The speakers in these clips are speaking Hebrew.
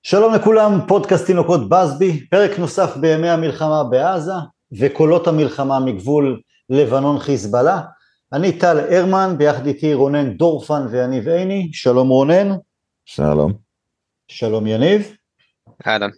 שלום לכולם, פודקאסט תינוקות בסבי, פרק נוסף בימי המלחמה בעזה וקולות המלחמה מגבול לבנון חיזבאללה. אני טל הרמן, ביחד איתי רונן דורפן ויניב עיני. שלום רונן. שלום. שלום יניב. אהלן.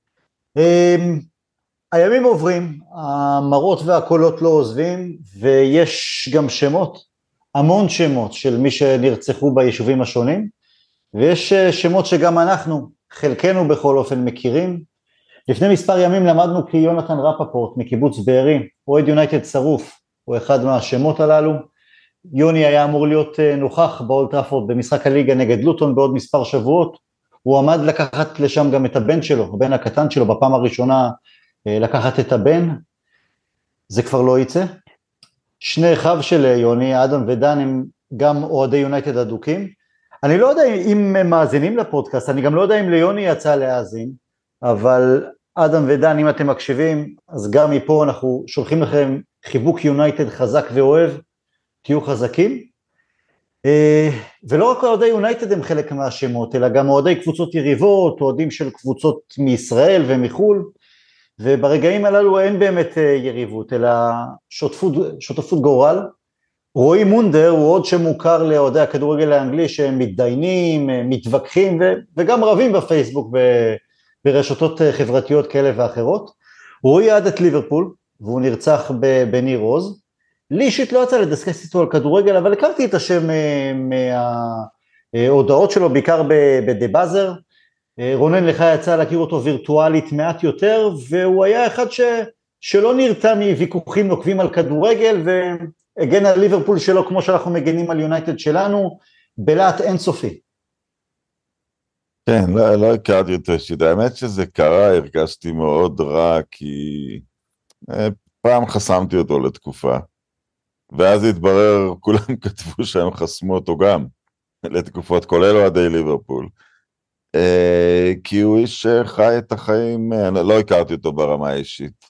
הימים עוברים, המראות והקולות לא עוזבים, ויש גם שמות, המון שמות של מי שנרצחו ביישובים השונים, ויש שמות שגם אנחנו, חלקנו בכל אופן מכירים. לפני מספר ימים למדנו כי יונתן רפפורט מקיבוץ בארי, אוהד יונייטד שרוף, הוא אחד מהשמות הללו. יוני היה אמור להיות נוכח באולד טראפורד במשחק הליגה נגד לוטון בעוד מספר שבועות, הוא עמד לקחת לשם גם את הבן שלו, הבן הקטן שלו, בפעם הראשונה לקחת את הבן, זה כבר לא יצא. שני אחיו של יוני, אדם ודן, הם גם אוהדי יונייטד אדוקים. אני לא יודע אם הם מאזינים לפודקאסט, אני גם לא יודע אם ליוני יצא להאזין, אבל אדם ודן, אם אתם מקשיבים, אז גם מפה אנחנו שולחים לכם חיבוק יונייטד חזק ואוהב, תהיו חזקים. ולא רק אוהדי יונייטד הם חלק מהשמות, אלא גם אוהדי קבוצות יריבות, אוהדים של קבוצות מישראל ומחול, וברגעים הללו אין באמת יריבות, אלא שותפות גורל. רועי מונדר הוא עוד שמוכר לאוהדי הכדורגל האנגלי שהם מתדיינים, מתווכחים וגם רבים בפייסבוק ברשתות חברתיות כאלה ואחרות. רועי עד את ליברפול והוא נרצח בניר עוז. לי אישית לא יצא לדסקס איתו על כדורגל, אבל הכרתי את השם מההודעות שלו, בעיקר בדבאזר. רונן, לך יצא להכיר אותו וירטואלית מעט יותר, והוא היה אחד שלא נרתע מוויכוחים נוקבים על כדורגל, והגן על ליברפול שלו כמו שאנחנו מגנים על יונייטד שלנו, בלהט אינסופי. כן, לא הכרתי אותו אישית, האמת שזה קרה, הרגשתי מאוד רע, כי פעם חסמתי אותו לתקופה, ואז התברר, כולם כתבו שהם חסמו אותו גם, לתקופות, כולל אוהדי ליברפול. כי הוא איש חי את החיים, לא הכרתי אותו ברמה האישית.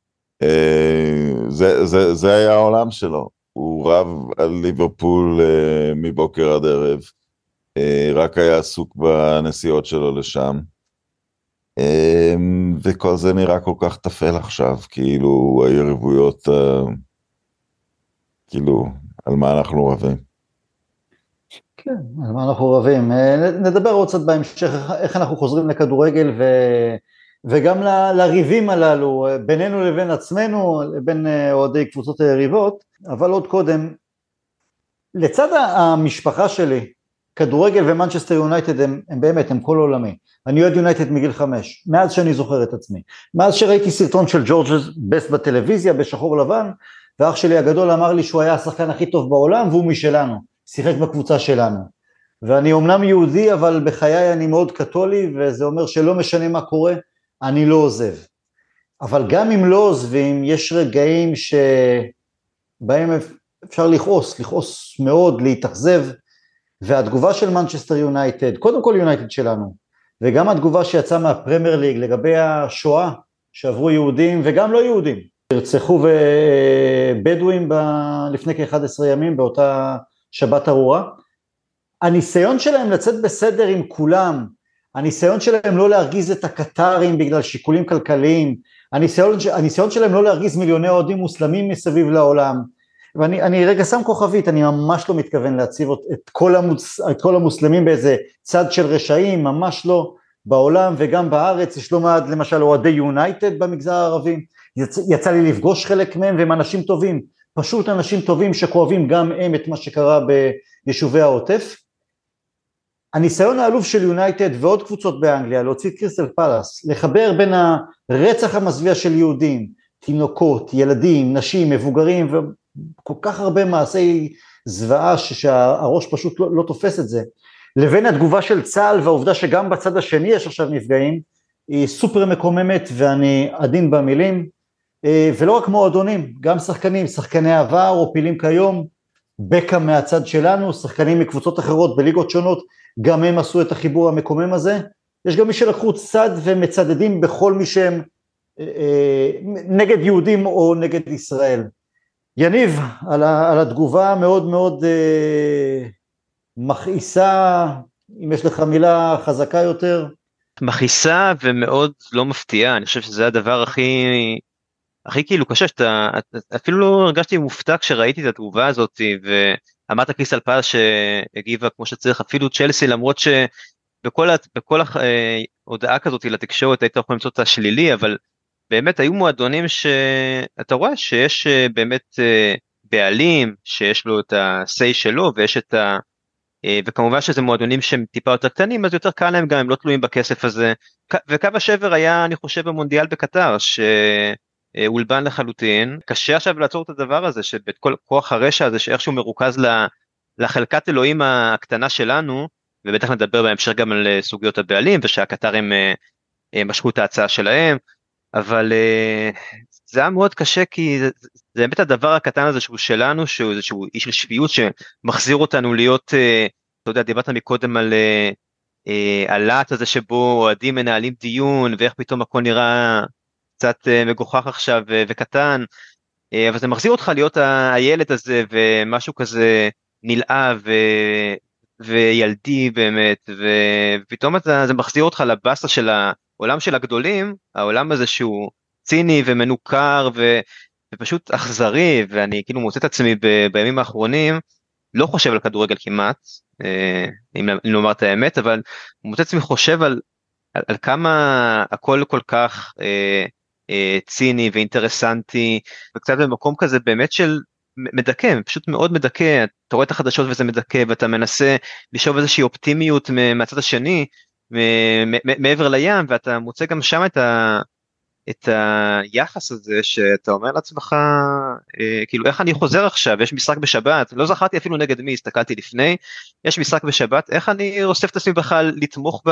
זה היה העולם שלו, הוא רב על ליברפול מבוקר עד ערב, רק היה עסוק בנסיעות שלו לשם, וכל זה נראה כל כך תפל עכשיו, כאילו היריבויות, כאילו על מה אנחנו רבים. כן, על מה אנחנו רבים. נדבר עוד קצת בהמשך איך אנחנו חוזרים לכדורגל וגם לריבים הללו בינינו לבין עצמנו, לבין אוהדי קבוצות היריבות, אבל עוד קודם, לצד המשפחה שלי, כדורגל ומנצ'סטר יונייטד הם באמת, הם כל עולמי. אני אוהד יונייטד מגיל 5, מאז שאני זוכר את עצמי. מאז שראיתי סרטון של ג'ורג' בסט בטלוויזיה, בשחור לבן, ואח שלי הגדול אמר לי שהוא היה השחקן הכי טוב בעולם, והוא משלנו, שיחק בקבוצה שלנו. ואני אומנם יהודי, אבל בחיי אני מאוד קתולי, וזה אומר שלא משנה מה קורה, אני לא עוזב. אבל גם אם לא עוזבים, יש רגעים שבהם אפשר לכעוס מאוד, להתאכזב, והתגובה של מנצ'סטר יונייטד, קודם כל יונייטד שלנו, וגם התגובה שיצאה מהפרמייר ליג לגבי השואה שעברו יהודים וגם לא יהודים, הרצחו בדואים לפני כ-11 ימים באותה שבת ארורה, הניסיון שלהם לצאת בסדר עם כולם, הניסיון שלהם לא להרגיז את הקטרים בגלל שיקולים כלכליים, הניסיון שלהם לא להרגיז מיליוני אוהדים מוסלמים מסביב לעולם, ואני רגע שם כוכבית, אני ממש לא מתכוון להציב את כל המוסלמים באיזה צד של רשעים, ממש לא. בעולם וגם בארץ יש לא מעט למשל אוהדי יונייטד במגזר הערבי, יצא לי לפגוש חלק מהם והם אנשים טובים, פשוט אנשים טובים שכואבים גם הם את מה שקרה ביישובי העוטף. הניסיון העלוב של יונייטד ועוד קבוצות באנגליה להוציא את קריסטל פלאס, לחבר בין הרצח המזוויע של יהודים, תינוקות, ילדים, נשים, מבוגרים וכל כך הרבה מעשי זוועה שהראש פשוט לא תופס את זה, לבין התגובה של צה"ל והעובדה שגם בצד השני יש עכשיו נפגעים, היא סופר מקוממת ואני עדין במילים, ולא רק מועדונים, גם שחקני עבר או פעילים כיום, בקה מהצד שלנו, שחקנים מקבוצות אחרות בליגות שונות, גם הם עשו את החיבור המקומם הזה, יש גם מי שלקחו צד ומצדדים בכל מי שהם נגד יהודים או נגד ישראל. יניב, על התגובה מאוד מאוד מכעיסה, אם יש לך מילה חזקה יותר. מכעיסה ומאוד לא מפתיעה. אני חושב שזה הדבר הכי כאילו קשה, אפילו לא הרגשתי מופתע כשראיתי את התגובה הזאת, ואמרת קריסטל פלאס שהגיבה כמו שצריך, אפילו צ'לסי, למרות שבכל הודעה כזאת לתקשורת היית יכול למצוא את השלילי, אבל באמת היו מועדונים שאתה רואה שיש באמת בעלים, שיש לו את ה-say שלו, ויש את וכמובן שזה מועדונים שהם טיפה יותר קטנים, אז יותר קל להם גם, הם לא תלויים בכסף הזה, וקו השבר היה, אני חושב, במונדיאל בקטר, שאולבן לחלוטין. קשה עכשיו לעצור את הדבר הזה, שבכל כוח הרשע הזה, שאיכשהו מרוכז לחלקת אלוהים הקטנה שלנו, ובטח נדבר בהמשך גם על סוגיות הבעלים, ושהקטרים משכו את ההצעה שלהם, אבל זה היה מאוד קשה, כי זה באמת הדבר הקטן הזה שהוא שלנו, שהוא איזשהו איש של שפיות, שמחזיר אותנו להיות, אתה יודע, דיברת מקודם על הלהט הזה, שבו אוהדים מנהלים דיון, ואיך פתאום הכל נראה קצת מגוחך עכשיו וקטן, אבל זה מחזיר אותך להיות הילד הזה, ומשהו כזה נלהב וילדי באמת, ופתאום זה מחזיר אותך לבאסה של העולם של הגדולים, העולם הזה שהוא ציני ומנוכר ופשוט אכזרי, ואני כאילו מוצא את עצמי בימים האחרונים, לא חושב על כדורגל כמעט, אם לומר את האמת, אבל מוצא את עצמי חושב על כמה הכל כל כך ציני ואינטרסנטי, וקצת במקום כזה באמת של מדכא, פשוט מאוד מדכא, אתה רואה את החדשות וזה מדכא, ואתה מנסה לשאוב איזושהי אופטימיות מהצד השני, מעבר לים, ואתה מוצא גם שם את היחס הזה, שאתה אומר לעצמך, כאילו איך אני חוזר עכשיו, יש משחק בשבת, לא זכרתי אפילו נגד מי, הסתכלתי לפני, יש משחק בשבת, איך אני אוסף את עצמי בכלל לתמוך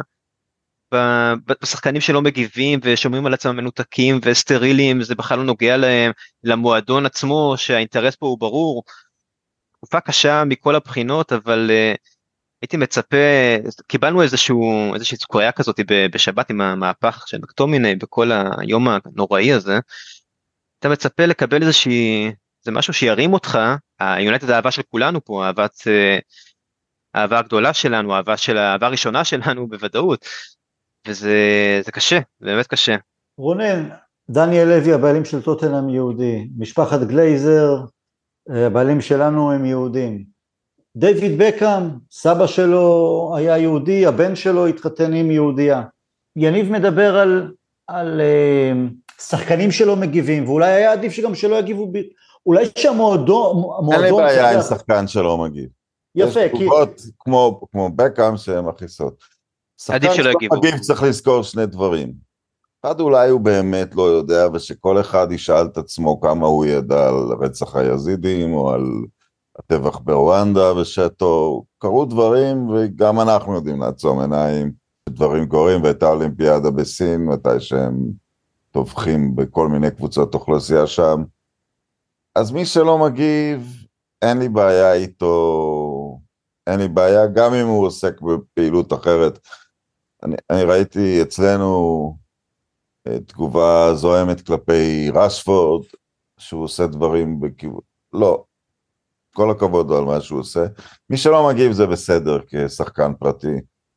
בשחקנים שלא מגיבים, ושומעים על עצמם מנותקים וסטרילים, זה בכלל לא נוגע להם, למועדון עצמו, שהאינטרס פה הוא ברור, תקופה קשה מכל הבחינות, אבל הייתי מצפה, קיבלנו איזושהי סוכריה כזאת בשבת עם המהפך של מקטומיני בכל היום הנוראי הזה, אתה מצפה לקבל זה משהו שירים אותך, היונייטד האהבה של כולנו פה, האהבה הגדולה שלנו, האהבה הראשונה שלנו בוודאות, וזה קשה, באמת קשה. רונן, דניאל לוי הבעלים של טוטנהאם יהודי, משפחת גלייזר, הבעלים שלנו הם יהודים. דיוויד בקאם, סבא שלו היה יהודי, הבן שלו התחתן עם יהודייה. יניב מדבר על שחקנים שלא מגיבים, ואולי היה עדיף שגם שלא יגיבו, אולי שהמועדון... אין לי בעיה עם שחקן שלא מגיב. יפה, יש תגובות כמו בקאם שהן מכעיסות. שחקן שלא מגיב צריך לזכור שני דברים. אחד, אולי הוא באמת לא יודע, ושכל אחד ישאל את עצמו כמה הוא ידע על רצח היזידים, או על הטבח ברואנדה, ושאתו קרו דברים, וגם אנחנו יודעים לעצום עיניים, דברים קורים, והייתה אולימפיאדה בסין, מתי שהם טובחים בכל מיני קבוצות אוכלוסייה שם. אז מי שלא מגיב, אין לי בעיה איתו, אין לי בעיה, גם אם הוא עוסק בפעילות אחרת. אני ראיתי אצלנו תגובה זוהמת כלפי רשפורד, שהוא עושה דברים בכיוון, לא, כל הכבוד על מה שהוא עושה. מי שלא מגיב זה בסדר כשחקן פרטי.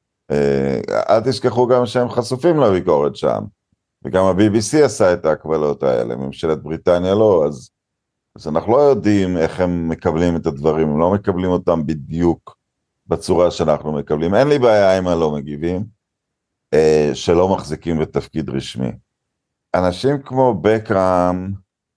אל תשכחו גם שהם חשופים לביקורת שם, וגם ה-BBC עשה את ההקבלות האלה, ממשלת בריטניה לא, אז אנחנו לא יודעים איך הם מקבלים את הדברים, הם לא מקבלים אותם בדיוק בצורה שאנחנו מקבלים. אין לי בעיה עם הלא מגיבים, שלא מחזיקים בתפקיד רשמי. אנשים כמו בקאם,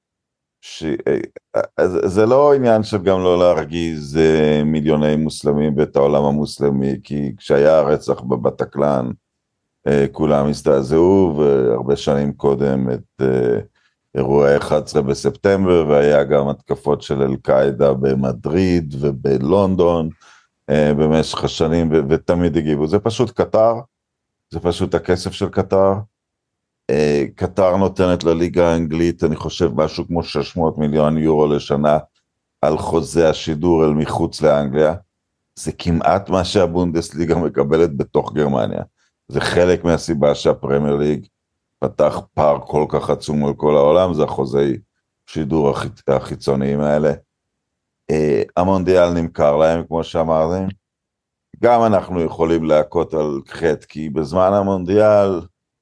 זה לא עניין של גם לא להרגיז מיליוני מוסלמים ואת העולם המוסלמי, כי כשהיה הרצח בבטקלן, כולם הסתעזעו, והרבה שנים קודם את אירועי 11 בספטמבר, והיה גם התקפות של אל-קאעידה במדריד ובלונדון, במשך השנים, ותמיד הגיבו. זה פשוט קטר, זה פשוט הכסף של קטר. קטר נותנת לליגה האנגלית, אני חושב, משהו כמו 600 מיליון יורו לשנה, על חוזה השידור אל מחוץ לאנגליה. זה כמעט מה שהבונדסליגה מקבלת בתוך גרמניה. זה חלק מהסיבה שהפרמייר ליג פתח פער כל כך עצום על כל העולם, זה החוזי שידור החיצוניים האלה. המונדיאל נמכר להם, כמו שאמרתם, גם אנחנו יכולים להכות על חטא, כי בזמן המונדיאל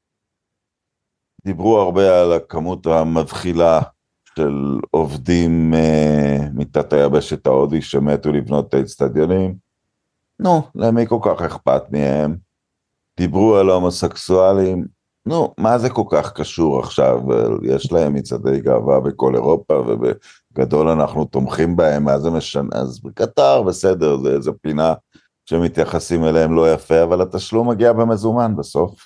דיברו הרבה על הכמות המבחילה של עובדים מתת היבשת ההודי שמתו לבנות את האצטדיונים. נו, למי כל כך אכפת מהם? דיברו על הומוסקסואלים, נו, מה זה כל כך קשור עכשיו? יש להם מצעדי גאווה בכל אירופה, ובגדול אנחנו תומכים בהם, מה זה משנה? אז בקטר בסדר, זה איזו פינה שמתייחסים אליהם לא יפה, אבל התשלום מגיע במזומן בסוף.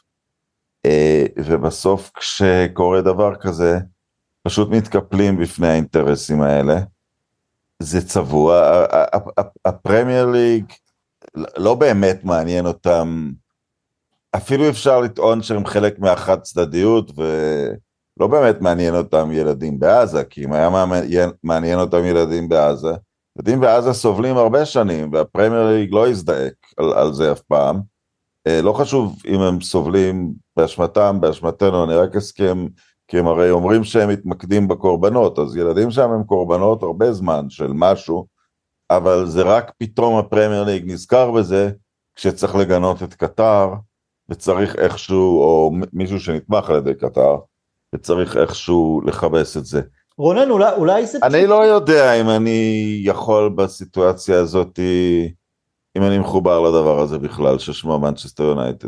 ובסוף כשקורה דבר כזה, פשוט מתקפלים בפני האינטרסים האלה. זה צבוע, הפרמייר ליג לא באמת מעניין אותם, אפילו אפשר לטעון שהם חלק מהחד צדדיות, ולא באמת מעניין אותם ילדים בעזה, כי אם היה מעניין אותם ילדים בעזה, ילדים בעזה סובלים הרבה שנים, והפרמייר ליג לא יזדעק על זה אף פעם. לא חשוב אם הם סובלים באשמתם, באשמתנו, אני רק אסכים, כי הם הרי אומרים שהם מתמקדים בקורבנות, אז ילדים שם הם קורבנות הרבה זמן של משהו, אבל זה רק פתאום הפרמייר ליג נזכר בזה, כשצריך לגנות את קטר, וצריך איכשהו, או מישהו שנתמך על ידי קטר, וצריך איכשהו לחבס את זה. רונן, אולי זה... אני לא יודע אם אני יכול בסיטואציה הזאת, אם אני מחובר לדבר הזה בכלל, ששמו מנצ'סטר יונייטד.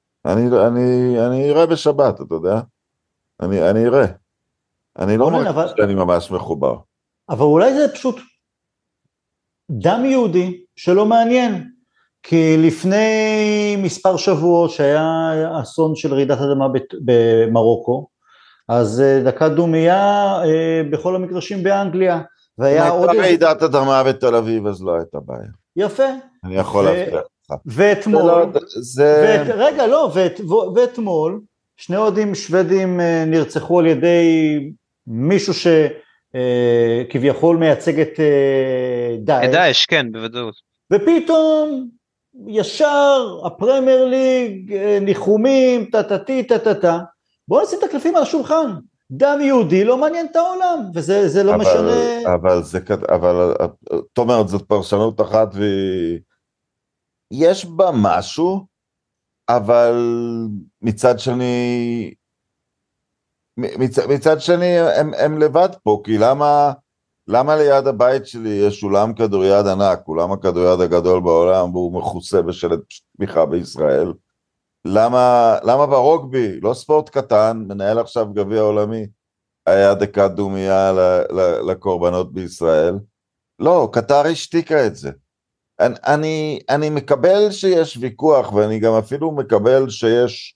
אני אראה בשבת, אתה יודע? אני אראה. אני לא מרגיש שאני ממש מחובר. אבל אולי זה פשוט דם יהודי שלא מעניין. כי לפני מספר שבועות שהיה אסון של רעידת אדמה במרוקו, אז דקה דומייה בכל המגרשים באנגליה. והיה עוד הייתה רעידת אדמה בתל אביב, אז לא הייתה בעיה. יפה. אני יכול להבטיח לך. ואתמול, ואתמול, שני אוהדים שוודים נרצחו על ידי מישהו שכביכול מייצג את דאעש. את דאעש, כן, בוודאות. ופתאום ישר הפרמייר ליג, ניחומים, טטטה. בואו נשים את הקלפים על השולחן. דם יהודי לא מעניין את העולם, וזה לא משנה. אבל, תומר, זאת פרשנות אחת, יש בה משהו, אבל מצד שני הם לבד פה, כי למה ליד הבית שלי יש אולם כדוריד ענק, אולם הכדוריד הגדול בעולם, והוא מכוסה בשלט תמיכה בישראל? למה ברוגבי, לא ספורט קטן, מנהל עכשיו גביע עולמי, היה דקה דומייה לקורבנות בישראל? לא, קטר השתיקה את זה. אני מקבל שיש ויכוח, ואני גם אפילו מקבל שיש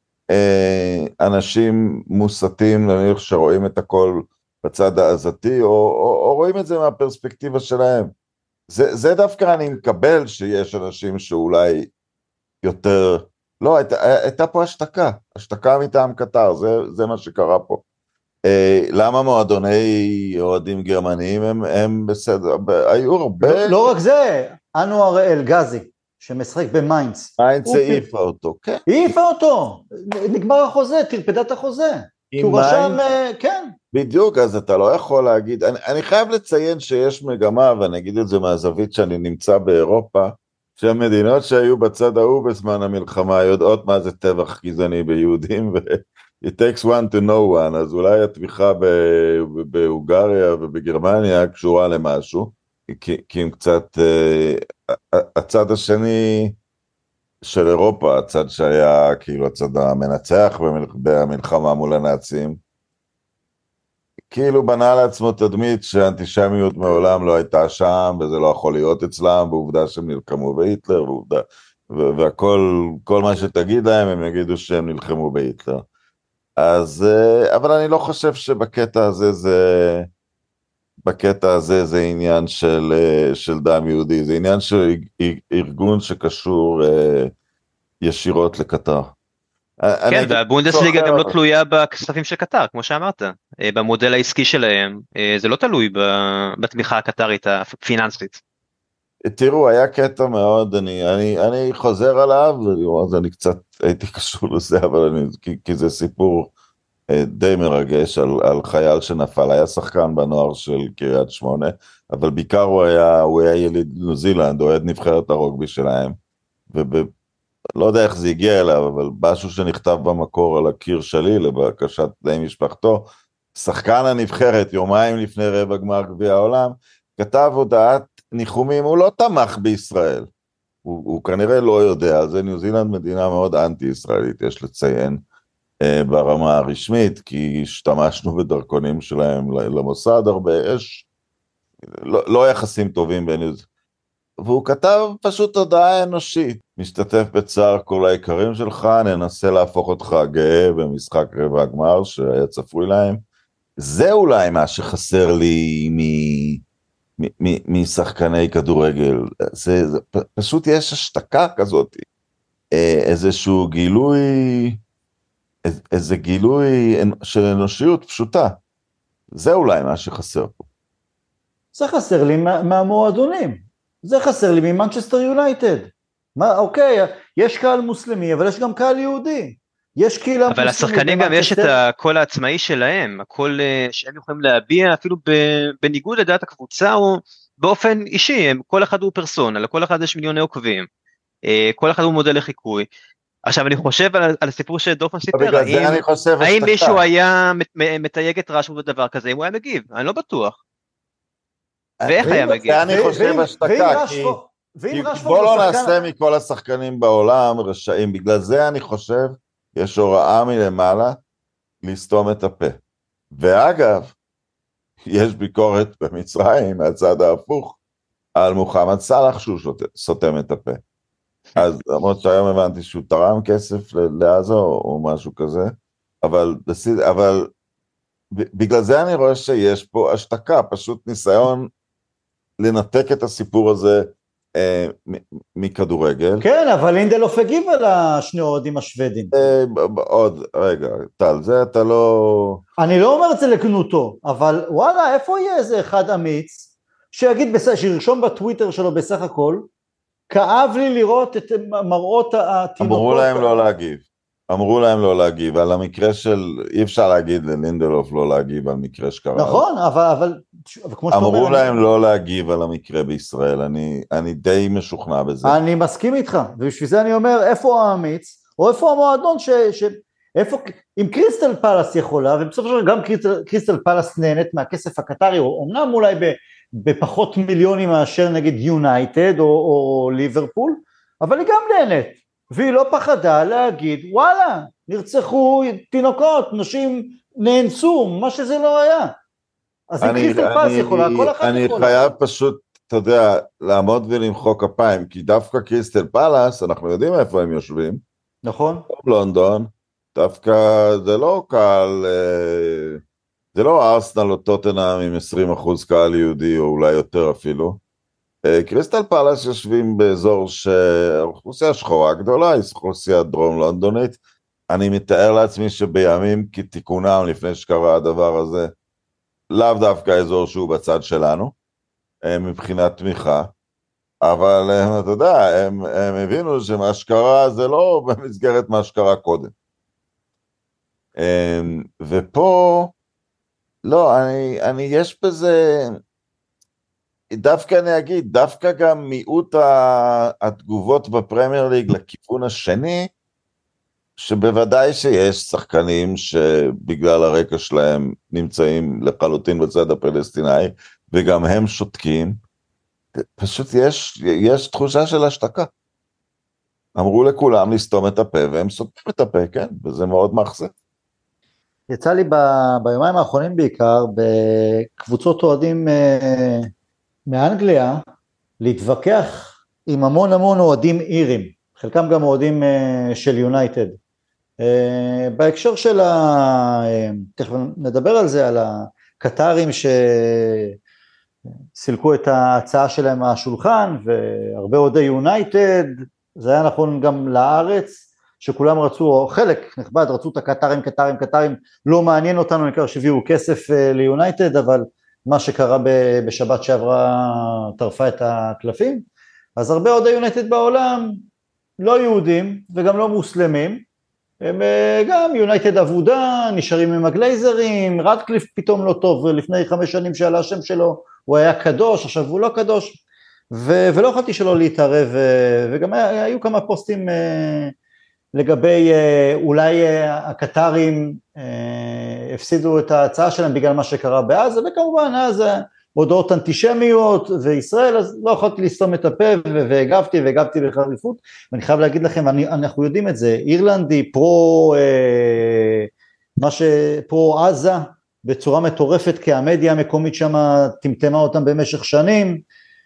אנשים מוסתים, נניח שרואים את הכל בצד העזתי, או רואים את זה מהפרספקטיבה שלהם. זה דווקא אני מקבל שיש אנשים שאולי יותר... לא, הייתה פה השתקה מטעם קטר, זה מה שקרה פה. למה מועדוני אוהדים גרמניים הם בסדר, היו הרבה... לא רק זה, אנואר אל-גזי, שמשחק במיינץ. מיינץ העיפה אותו, כן. העיפה אותו, נגמר החוזה, תרפדת החוזה. כי הוא רשם, כן. בדיוק, אז אתה לא יכול להגיד, אני חייב לציין שיש מגמה, ואני אגיד את זה מהזווית שאני נמצא באירופה, שהמדינות שהיו בצד ההוא בזמן המלחמה יודעות מה זה טבח גזעני ביהודים, it takes one to know one, אז אולי התמיכה בהונגריה ובגרמניה קשורה למשהו, כי הם קצת, הצד השני של אירופה, הצד שהיה כאילו הצד המנצח במלחמה מול הנאצים, כאילו בנה לעצמו תדמית שהאנטישמיות מעולם לא הייתה שם, וזה לא יכול להיות אצלם, בעובדה שהם נלחמו בהיטלר, וכל מה שתגיד להם, הם יגידו שהם נלחמו בהיטלר. אז, אבל אני לא חושב שבקטע הזה זה עניין של דם יהודי, זה עניין של ארגון שקשור ישירות לקטר. כן, והבונדסליגה גם לא תלויה בכספים של קטר, כמו שאמרת, במודל העסקי שלהם, זה לא תלוי בתמיכה הקטרית הפיננסית. תראו, היה קטע מאוד, אני חוזר עליו, אז אני קצת הייתי קשור לזה, אבל כי זה סיפור די מרגש על חייל שנפל, היה שחקן בנוער של קריית שמונה, אבל בעיקר הוא היה יליד ניו זילנד, אוהד נבחרת הרוגבי שלהם, לא יודע איך זה הגיע אליו, אבל משהו שנכתב במקור על הקיר שלי, לבקשת בני משפחתו, שחקן הנבחרת יומיים לפני רבע גמר גביע העולם, כתב הודעת ניחומים, הוא לא תמך בישראל, הוא כנראה לא יודע, זה ניו זילנד מדינה מאוד אנטי-ישראלית, יש לציין, ברמה הרשמית, כי השתמשנו בדרכונים שלהם למוסד הרבה, יש לא יחסים טובים בין זה. והוא כתב פשוט הודעה אנושית, משתתף בצער כל היקרים שלך, ננסה להפוך אותך גאה במשחק רבע הגמר שהיה צפוי להם. זה אולי מה שחסר לי משחקני כדורגל, זה פשוט יש השתקה כזאת, איזשהו גילוי, איזה גילוי של אנושיות פשוטה, זה אולי מה שחסר פה. זה חסר לי מהמועדונים, זה חסר לי ממנצ'סטר יונייטד. אוקיי, יש קהל מוסלמי, אבל יש גם קהל יהודי. יש קהילה מוסלמית. אבל השחקנים גם יש את הקול העצמאי שלהם, הקול שהם יכולים להביע, אפילו בניגוד לדעת הקבוצה, או באופן אישי, כל אחד הוא פרסונה, לכל אחד יש מיליוני עוקבים, כל אחד הוא מודל לחיקוי. עכשיו אני חושב על הסיפור שדורפמן סיפר, האם מישהו היה מתייג את רשמו בדבר כזה, אם הוא היה מגיב, אני לא בטוח. ואיך היה מגיב? אני חושב השתקה, כי בוא לא נעשה מכל השחקנים בעולם רשאים, בגלל זה אני חושב, יש הוראה מלמעלה לסתום את הפה. ואגב, יש ביקורת במצרים, מהצד ההפוך, על מוחמד סלאח שהוא סותם את הפה. אז למרות שהיום הבנתי שהוא תרם כסף לעזה או משהו כזה, אבל בגלל זה אני רואה שיש פה השתקה, פשוט ניסיון לנתק את הסיפור הזה מכדורגל. כן, אבל לינדלוף הגיב על השני אוהדים השוודים. עוד, רגע, טל, זה אתה לא... אני לא אומר את זה לגנותו, אבל וואלה, איפה יהיה איזה אחד אמיץ, שירשום בטוויטר שלו בסך הכל, כאב לי לראות את מראות התינוקות. אמרו להם לא להגיב, על המקרה של, אי אפשר להגיד ללינדלוף לא להגיב על מקרה שקרה. נכון, אבל כמו שאתה אומר... אמרו להם לא להגיב על המקרה בישראל, אני די משוכנע בזה. אני מסכים איתך, ובשביל זה אני אומר, איפה האמיץ, או איפה המועדון איפה, אם קריסטל פלאס יכולה, ובסופו של דבר גם קריסטל פלאס נהנית מהכסף הקטרי, או אמנם אולי בפחות מיליונים מאשר נגיד יונייטד או ליברפול, אבל היא גם נהנית, והיא לא פחדה להגיד, וואלה, נרצחו תינוקות, נשים נאנסו, מה שזה לא היה. אז אם קריסטל פלאס יכולה, כל אחד יכולה. אני חייב פשוט, אתה יודע, לעמוד ולמחוא כפיים, כי דווקא קריסטל פלאס, אנחנו יודעים איפה הם יושבים. נכון. לונדון, דווקא זה לא קהל... זה לא ארסנל או טוטנהאם עם 20% קהל יהודי, או אולי יותר אפילו. קריסטל פלאס יושבים באזור שהאוכלוסייה שחורה גדולה, היא אוכלוסייה דרום לונדונית. אני מתאר לעצמי שבימים כתיקונם, לפני שקרה הדבר הזה, לאו דווקא האזור שהוא בצד שלנו, מבחינת תמיכה, אבל אתה יודע, הם הבינו שמה שקרה זה לא במסגרת מה שקרה קודם. ופה, לא, יש בזה, דווקא אני אגיד, דווקא גם מיעוט התגובות בפרמייר ליג לכיוון השני, שבוודאי שיש שחקנים שבגלל הרקע שלהם נמצאים לחלוטין בצד הפלסטיני, וגם הם שותקים, פשוט יש תחושה של השתקה. אמרו לכולם לסתום את הפה, והם סותמים את הפה, כן, וזה מאוד מאכזב. יצא לי ביומיים האחרונים בעיקר, בקבוצות אוהדים מאנגליה, להתווכח עם המון אוהדים אירים, חלקם גם אוהדים של יונייטד. בהקשר של תכף נדבר על זה, על הקטרים שסילקו את ההצעה שלהם מהשולחן, והרבה אוהדי יונייטד, זה היה נכון גם לארץ, שכולם רצו, או חלק נכבד, רצו את הקטרים, לא מעניין אותנו, נקרא שהביאו כסף ליונייטד, אבל מה שקרה בשבת שעברה טרפה את הקלפים, אז הרבה אוהדי יונייטד בעולם, לא יהודים וגם לא מוסלמים, הם גם יונייטד עבודה, נשארים עם הגלייזרים, רדקליף פתאום לא טוב, לפני 5 שנים שעלה השם שלו, הוא היה קדוש, עכשיו הוא לא קדוש, ולא יכולתי שלא להתערב, וגם היו כמה פוסטים לגבי אולי הקטרים הפסידו את ההצעה שלהם בגלל מה שקרה בעזה, וכמובן אז הודעות אנטישמיות וישראל, אז לא יכולתי לסתום את הפה והגבתי בחריפות, ואני חייב להגיד לכם, אנחנו יודעים את זה, אירלנד היא פרו עזה בצורה מטורפת, כי המדיה המקומית שם טמטמה אותם במשך שנים,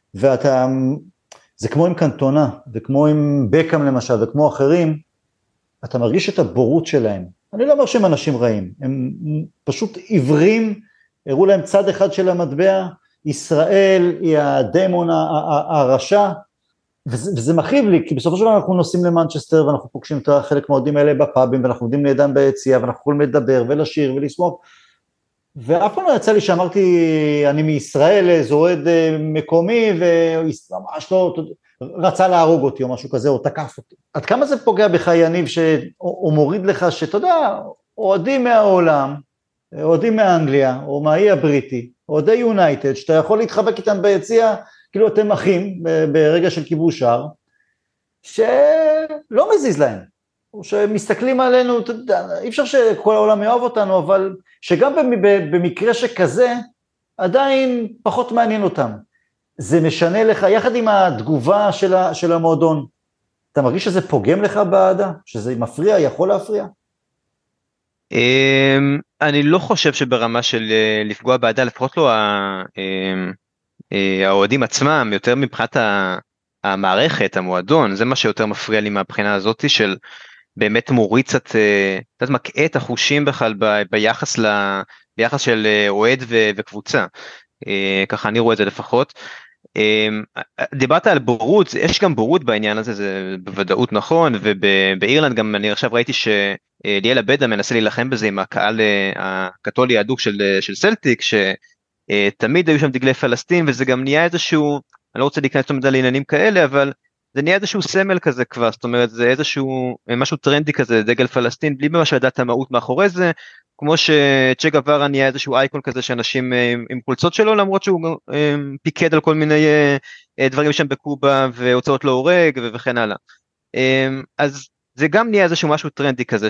זה כמו עם קנטונה, וכמו עם בקאם למשל, וכמו אחרים, אתה מרגיש את הבורות שלהם. אני לא אומר שהם אנשים רעים, הם פשוט עיוורים, הראו להם צד אחד של המטבע, ישראל היא הדמון הרשע, וזה מכאיב לי, כי בסופו של דבר אנחנו נוסעים למנצ'סטר, ואנחנו פוגשים את החלק מהעובדים האלה בפאבים, ואנחנו עובדים לידם ביציאה, ואנחנו יכולים לדבר ולשיר ולשמוח, ואף פעם לא יצא לי שאמרתי, אני מישראל, איזה אוהד מקומי, וממש לא רצה להרוג אותי או משהו כזה, או תקף אותי. עד כמה זה פוגע בך, יניב, או מוריד לך, שאתה יודע, אוהדים מהעולם, אוהדים מאנגליה, או מהאי הבריטי, אוהדי יונייטד, שאתה יכול להתחבק איתם ביציאה, כאילו אתם אחים, ברגע של כיבוש שער, שלא מזיז להם, או שמסתכלים עלינו, אי אפשר שכל העולם יאהב אותנו, אבל שגם במקרה שכזה, עדיין פחות מעניין אותם. זה משנה לך, יחד עם התגובה של המועדון, אתה מרגיש שזה פוגם לך באהדה? שזה מפריע, יכול להפריע? אני לא חושב שברמה של לפגוע באהדה, לפחות לא האוהדים עצמם, יותר מבחינת המערכת, המועדון, זה מה שיותר מפריע לי מהבחינה הזאת של באמת מוריד קצת, קצת מקעה את החושים בכלל ביחס של אוהד וקבוצה, ככה אני רואה את זה לפחות. דיברת על בורות, יש גם בורות בעניין הזה, זה בוודאות נכון, ובאירלנד גם אני עכשיו ראיתי שליאל אבדה מנסה להילחם בזה עם הקהל הקתולי הדוק של סלטיק, שתמיד היו שם דגלי פלסטין, וזה גם נהיה איזשהו, אני לא רוצה להיכנס לעניינים כאלה, אבל זה נהיה איזשהו סמל כזה כבר, זאת אומרת זה איזשהו משהו טרנדי כזה, דגל פלסטין, בלי ממש לדעת המהות מאחורי זה, כמו שצ'ה גווארה נהיה איזשהו אייקון כזה שאנשים עם חולצות שלו, למרות שהוא פיקד על כל מיני דברים שם בקובה, והוצאות לא הורג וכן הלאה. אז זה גם נהיה איזשהו משהו טרנדי כזה,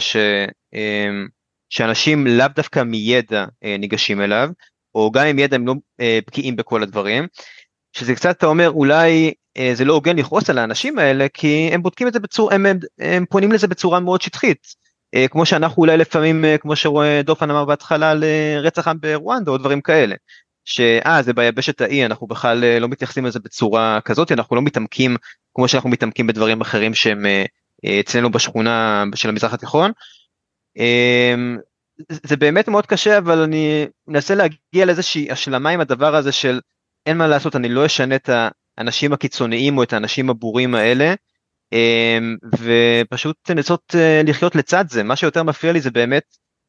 שאנשים לאו דווקא מידע ניגשים אליו, או גם עם ידע הם לא בקיאים בכל הדברים, שזה קצת אתה אומר אולי זה לא הוגן לכעוס על האנשים האלה, כי הם בודקים את זה בצורה, הם פונים לזה בצורה מאוד שטחית, כמו שאנחנו אולי לפעמים, כמו שרואה דופן אמר בהתחלה, לרצח עם ברואנדה או דברים כאלה, זה ביבשת האי, אנחנו בכלל לא מתייחסים לזה בצורה כזאת, אנחנו לא מתעמקים כמו שאנחנו מתעמקים בדברים אחרים שהם אצלנו בשכונה של המזרח התיכון. זה באמת מאוד קשה, אבל אני מנסה להגיע לאיזושהי השלמה עם הדבר הזה של אין מה לעשות, אני לא אשנה את האנשים הקיצוניים או את האנשים הבורים האלה, ופשוט לנסות לחיות לצד זה. מה שיותר מפריע לי זה באמת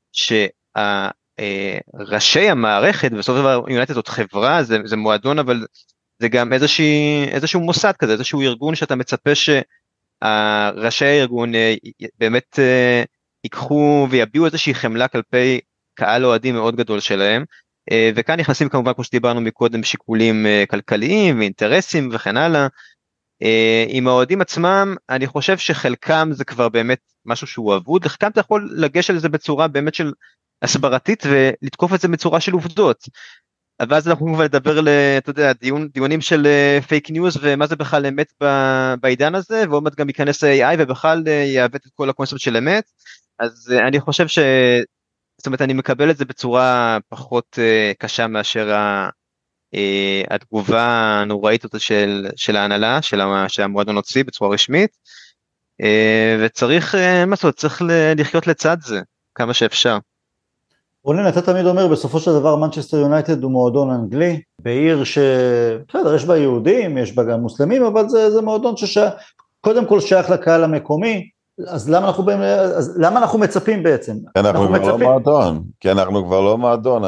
שראשי המערכת, בסופו של דבר יונייטד זאת חברה, זה מועדון, אבל זה גם איזשהו מוסד כזה, איזשהו ארגון שאתה מצפה שראשי הארגון באמת ייקחו ויביעו איזושהי חמלה כלפי קהל אוהדים מאוד גדול שלהם, וכאן נכנסים כמובן כמו שדיברנו מקודם שיקולים כלכליים ואינטרסים וכן הלאה. עם האוהדים עצמם אני חושב שחלקם זה כבר באמת משהו שהוא אבוד, לחלקם אתה יכול לגשת לזה בצורה באמת של הסברתית ולתקוף את זה בצורה של עובדות, אבל אז אנחנו כבר לדבר אתה יודע, דיונים של פייק ניוז ומה זה בכלל אמת בעידן הזה, ועוד מעט גם ייכנס ה-AI ובכלל יעוות את כל הקונספט של אמת. אז אני חושב זאת אומרת, אני מקבל את זה בצורה פחות קשה מאשר התגובה הנוראית אותה של ההנהלה, של המועדון הוציא בצורה רשמית, וצריך, צריך לחיות לצד זה, כמה שאפשר. רונן, אתה תמיד אומר, בסופו של דבר מנצ'סטר יונייטד הוא מועדון אנגלי, בעיר בסדר, יש בה יהודים, יש בה גם מוסלמים, אבל זה מועדון קודם כל שייך לקהל המקומי, אז למה אנחנו מצפים בעצם? אנחנו כבר לא מועדון, כי אנחנו כבר לא מועדון,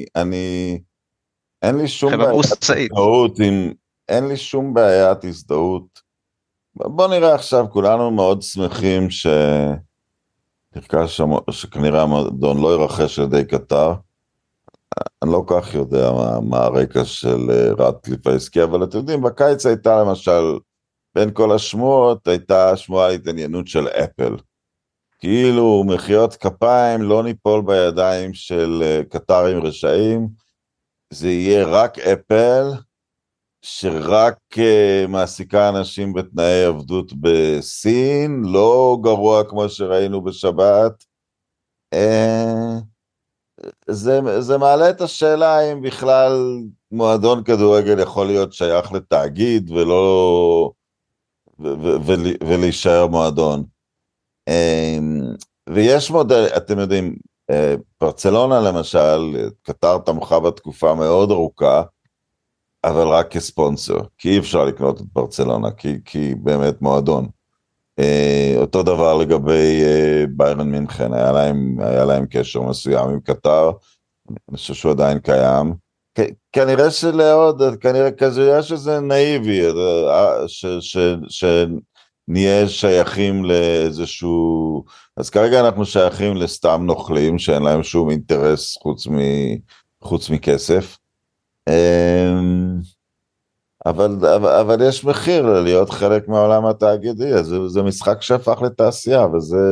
אין לי שום בעיית הזדהות, בוא נראה עכשיו, כולנו מאוד שמחים שכנראה המועדון לא ירחש על ידי קטר, אני לא כך יודע מה הרקע של רטקליף העסקי, אבל אתם יודעים, בקיץ הייתה למשל, בין כל השמועות, הייתה שמועה התעניינות של אפל. כאילו מחיאות כפיים, לא ניפול בידיים של קטרים רשעים, זה יהיה רק אפל, שרק מעסיקה אנשים בתנאי עבדות בסין, לא גרוע כמו שראינו בשבת. זה מעלה את השאלה אם בכלל מועדון כדורגל יכול להיות שייך לתאגיד ולהישאר מועדון. ויש מודל, אתם יודעים, ברצלונה למשל, קטר תמכה בתקופה מאוד ארוכה, אבל רק כספונסר, כי אי אפשר לקנות את ברצלונה, כי באמת מועדון. אותו דבר לגבי ביירן מינכן, היה להם קשר מסוים עם קטר, אני חושב שהוא עדיין קיים. כנראה שזה נאיבי, שנהיה שייכים לאיזשהו, אז כרגע אנחנו שייכים לסתם נוכלים, שאין להם שום אינטרס חוץ מכסף. אבל יש מחיר להיות חלק מהעולם התאגידי, אז זה משחק שהפך לתעשייה,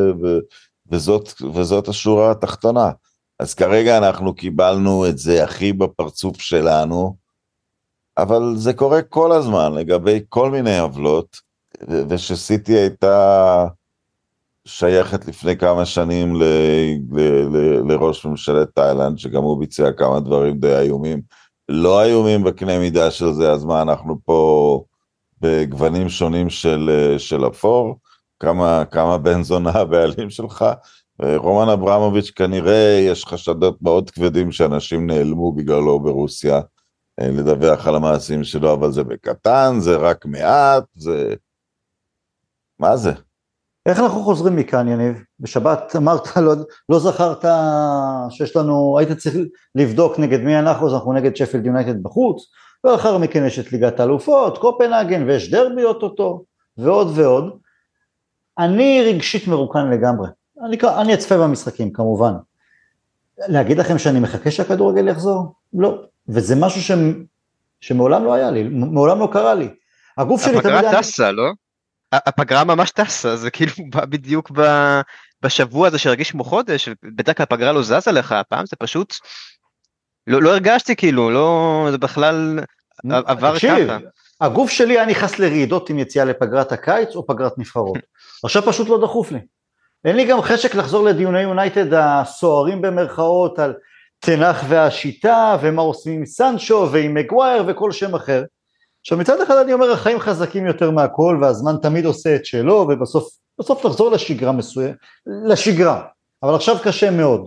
וזאת השורה התחתונה. אז כרגע אנחנו קיבלנו את זה הכי בפרצוף שלנו, אבל זה קורה כל הזמן לגבי כל מיני עוולות, ושסיטי הייתה שייכת לפני כמה שנים לראש ממשלת תאילנד, שגם הוא ביצע כמה דברים די איומים, לא איומים בקנה מידה של זה, אז מה אנחנו פה בגוונים שונים של אפור, כמה בן זונה הבעלים שלך, רומן אברמוביץ' כנראה יש חשדות מאוד כבדים שאנשים נעלמו בגללו ברוסיה, לדווח על המעשים שלו, אבל זה בקטן, זה רק מעט, זה... מה זה? איך אנחנו חוזרים מכאן, יניב? בשבת אמרת, לא זכרת שיש לנו, היית צריך לבדוק נגד מי אנחנו, אז אנחנו נגד שפילד יונייטד בחוץ, ואחר מכן יש את ליגת האלופות, קופנהגן, ויש דרבי אותו, ועוד ועוד. אני רגשית מרוקן לגמרי. אני אצפה במשחקים, כמובן. להגיד לכם שאני מחכה שהכדורגל יחזור? לא. וזה משהו שמעולם לא היה לי, מעולם לא קרה לי. הגוף שלי תמיד... הפגרה טסה, לא? הפגרה ממש טסה, זה כאילו בא בדיוק בשבוע הזה שהרגיש כמו חודש, בדרך כלל הפגרה לא זז עליך, הפעם זה פשוט, לא הרגשתי כאילו, זה בכלל עבר ככה. הגוף שלי היה נכנס לרעידות עם יציאה לפגרת הקיץ או פגרת נבחרות, עכשיו פשוט לא דחוף לי. אין לי גם חשק לחזור לדיוני יונייטד הסוערים במרכאות על תנח והשיטה, ומה עושים עם סנצ'ו ועם מגווייר וכל שם אחר. עכשיו מצד אחד אני אומר, החיים חזקים יותר מהכל, והזמן תמיד עושה את שלו, ובסוף תחזור לשגרה מסוים, לשגרה, אבל עכשיו קשה מאוד.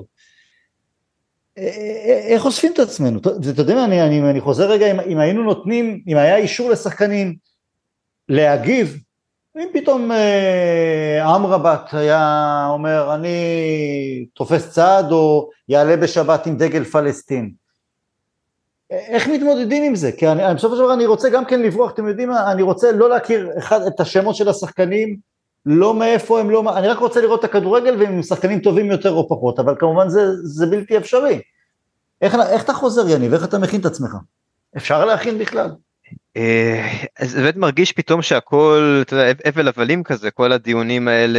איך חושפים את עצמנו? אתה יודע, אני חוזר רגע, אם היינו נותנים, אם היה אישור לשחקנים להגיב, אם פתאום אמרבת היה אומר, אני תופס צעד, או יעלה בשבת עם דגל פלסטין, איך מתמודדים עם זה? כי בסוף השבוע אני רוצה גם כן לברוח, אתם יודעים מה, אני רוצה לא להכיר את השמות של השחקנים, לא מאיפה הם, אני רק רוצה לראות את הכדורגל, והם שחקנים טובים יותר או פחות, אבל כמובן זה בלתי אפשרי. איך אתה חוזר, יניב? איך אתה מכין את עצמך? אפשר להכין בכלל? אז באמת מרגיש פתאום שהכל, אתה יודע, אבל הבלים כזה, כל הדיונים האלה,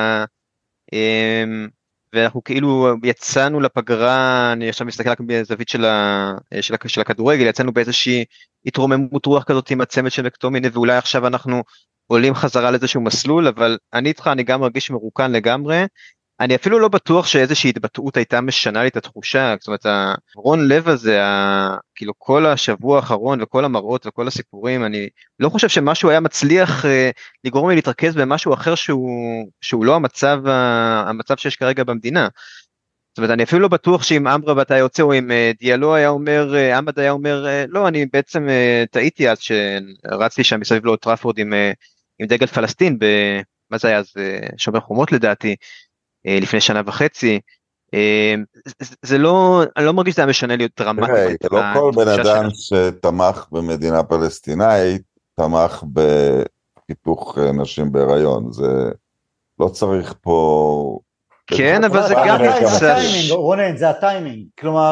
ואנחנו כאילו יצאנו לפגרה, אני עכשיו מסתכל רק בזווית של הכדורגל, יצאנו באיזושהי התרוממות רוח כזאת עם הצמד של מקטומיני, ואולי עכשיו אנחנו עולים חזרה לאיזשהו מסלול, אבל אני איתך, אני גם מרגיש מרוקן לגמרי, אני אפילו לא בטוח שאיזושהי התבטאות הייתה משנה לי את התחושה, זאת אומרת, הרון לב הזה, כאילו כל השבוע האחרון וכל המראות וכל הסיפורים, אני לא חושב שמשהו היה מצליח לגרום לי להתרכז במשהו אחר שהוא לא המצב שיש כרגע במדינה. זאת אומרת, אני אפילו לא בטוח שאם אמרבת היה יוצא, או אם דיאלו היה אומר, עמד היה אומר, לא, אני בעצם טעיתי אז שרצתי שם מסביב לאולד טראפורד עם דגל פלסטין, מה זה היה, אז שומר חומות לדעתי, לפני שנה וחצי, זה לא, אני לא מרגיש שזה היה משנה להיות דרמטי. לא כל בן אדם שתמך במדינה פלסטינאית, תמך בחיתוך נשים בהיריון, זה לא צריך פה... כן, אבל זה גם... רונן, זה הטיימינג, כלומר,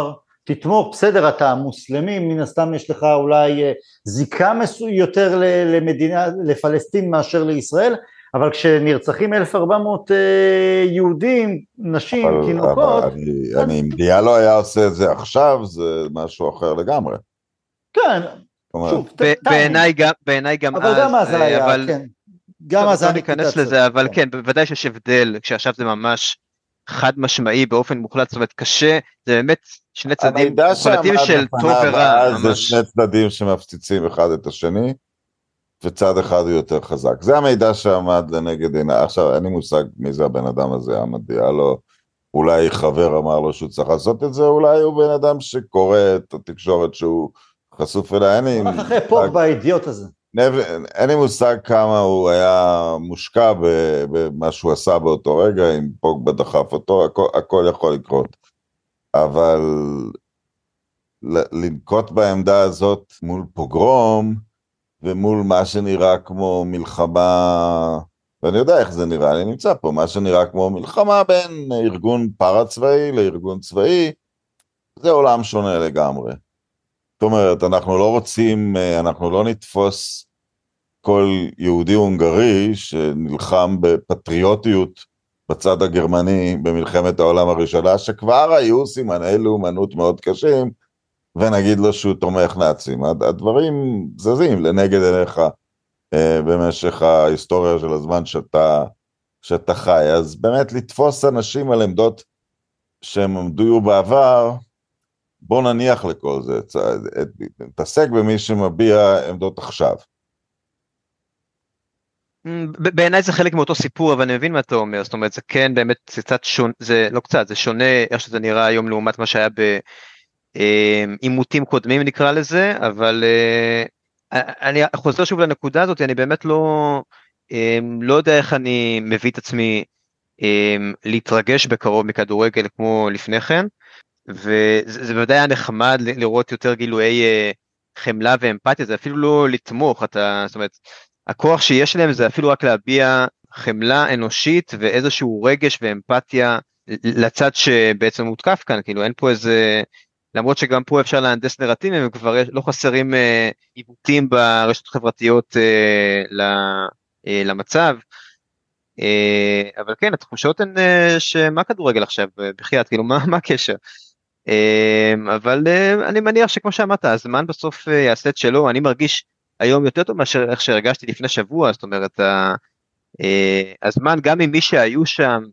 תתמוך, בסדר, אתה מוסלמי, מן הסתם יש לך אולי זיקה יותר למדינה, לפלסטין מאשר לישראל, אבל כשנרצחים 1,400 יהודים, נשים, תינוקות, אני אם דיאלו היה עושה את זה עכשיו, זה משהו אחר לגמרי. כן, שוב, בעיניי גם אז, אבל גם אז היה, כן. גם אז לא ניכנס לזה, אבל כן, בוודאי שיש הבדל, כשעכשיו זה ממש חד משמעי באופן מוחלט, זאת אומרת קשה, זה באמת שני צדדים מוחלטים של טוב ורע. זה שני צדדים שמפציצים אחד את השני, וצד אחד הוא יותר חזק. זה המידע שעמד לנגד עיני. עכשיו, אין לי מושג מי זה הבן אדם הזה, עמד דיאלו, אולי חבר אמר לו שהוא צריך לעשות את זה, אולי הוא בן אדם שקורא את התקשורת שהוא חשוף אליה. הולך אחרי פוג באידיוט הזה. אין לי מושג כמה הוא היה מושקע במה שהוא עשה באותו רגע, אם פוג בדחף אותו, הכל יכול לקרות. אבל לנקוט בעמדה הזאת מול פוגרום, ומול מה שנראה כמו מלחמה, ואני יודע איך זה נראה, אני נמצא פה, מה שנראה כמו מלחמה בין ארגון פרה-צבאי לארגון צבאי, זה עולם שונה לגמרי. זאת אומרת, אנחנו לא רוצים, אנחנו לא נתפוס כל יהודי הונגרי שנלחם בפטריוטיות בצד הגרמני במלחמת העולם הראשונה, שכבר היו סימני לאומנות מאוד קשים, ונגיד לו שהוא תומך נאצים. הדברים זזים לנגד עיניך במשך ההיסטוריה של הזמן שאתה חי. אז באמת לתפוס אנשים על עמדות שהם עמדו בעבר, בוא נניח לכל זה, תעסק במי שמביע עמדות עכשיו. בעיניי זה חלק מאותו סיפור, אבל אני מבין מה אתה אומר, זאת אומרת זה כן באמת זה קצת שונה, זה לא קצת, זה שונה איך שזה נראה היום לעומת מה שהיה בעימותים קודמים נקרא לזה, אבל אני חוזר שוב לנקודה הזאת, אני באמת לא יודע איך אני מביא את עצמי להתרגש בקרוב מכדורגל כמו לפני כן, וזה בוודאי היה נחמד לראות יותר גילויי חמלה ואמפתיה, זה אפילו לא לתמוך, זאת אומרת, הכוח שיש להם זה אפילו רק להביע חמלה אנושית ואיזשהו רגש ואמפתיה לצד שבעצם מותקף כאן, כאילו אין פה איזה, למרות שגם פה אפשר להנדס נרטיבים, הם כבר לא חסרים עיוותים ברשתות חברתיות למצב, אבל כן, התחושות הן שמה כדורגל עכשיו בחייאת, כאילו מה הקשר? אבל אני מניח שכמו שאמרת, הזמן בסוף יעשה את שלו, אני מרגיש היום יותר טוב מאשר איך שהרגשתי לפני שבוע, זאת אומרת, הזמן גם עם מי שהיו שם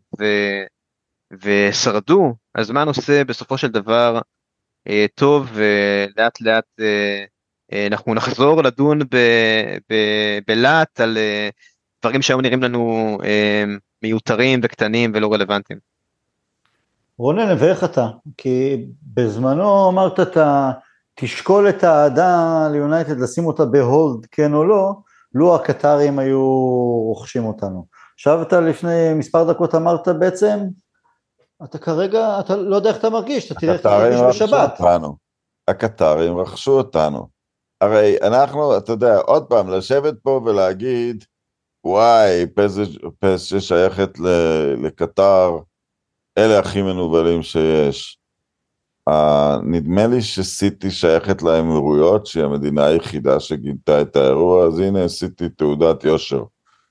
ושרדו, הזמן עושה בסופו של דבר טוב, ולאט לאט אנחנו נחזור לדון בלאט על דברים שהיו נראים לנו מיותרים וקטנים ולא רלוונטיים. רונן, ואיך אתה? כי בזמנו אמרת אתה תשקול את העדה ליונייטד, לשים אותה בהולד, כן או לא, לו הקטרים היו רוכשים אותנו. עכשיו אתה לפני מספר דקות אמרת בעצם, אתה כרגע, אתה לא יודע איך אתה מרגיש, אתה תראה איך אתה מרגיש בשבת. הקטרים רכשו אותנו. הרי אנחנו, אתה יודע, עוד פעם, לשבת פה ולהגיד, וואי, פס ששייכת לקטר, אלה הכי מנובלים שיש. נדמה לי שסיטי שייכת לאמירויות, שהיא המדינה היחידה שגינתה את האירוע, אז הנה סיטי תעודת יושר.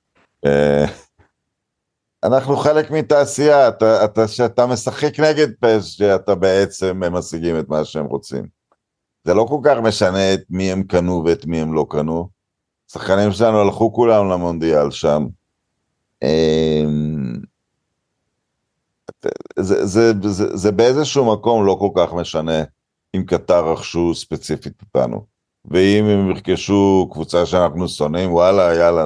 אנחנו חלק מתעשייה, שאתה משחק נגד פס, שאתה בעצם משיגים את מה שהם רוצים. זה לא כל כך משנה את מי הם קנו ואת מי הם לא קנו. שחקנים שלנו הלכו כולם למונדיאל שם. זה באיזשהו מקום לא כל כך משנה אם קטר רכשו ספציפית אותנו, ואם הם ירכשו קבוצה שאנחנו שונאים, וואלה, יאללה,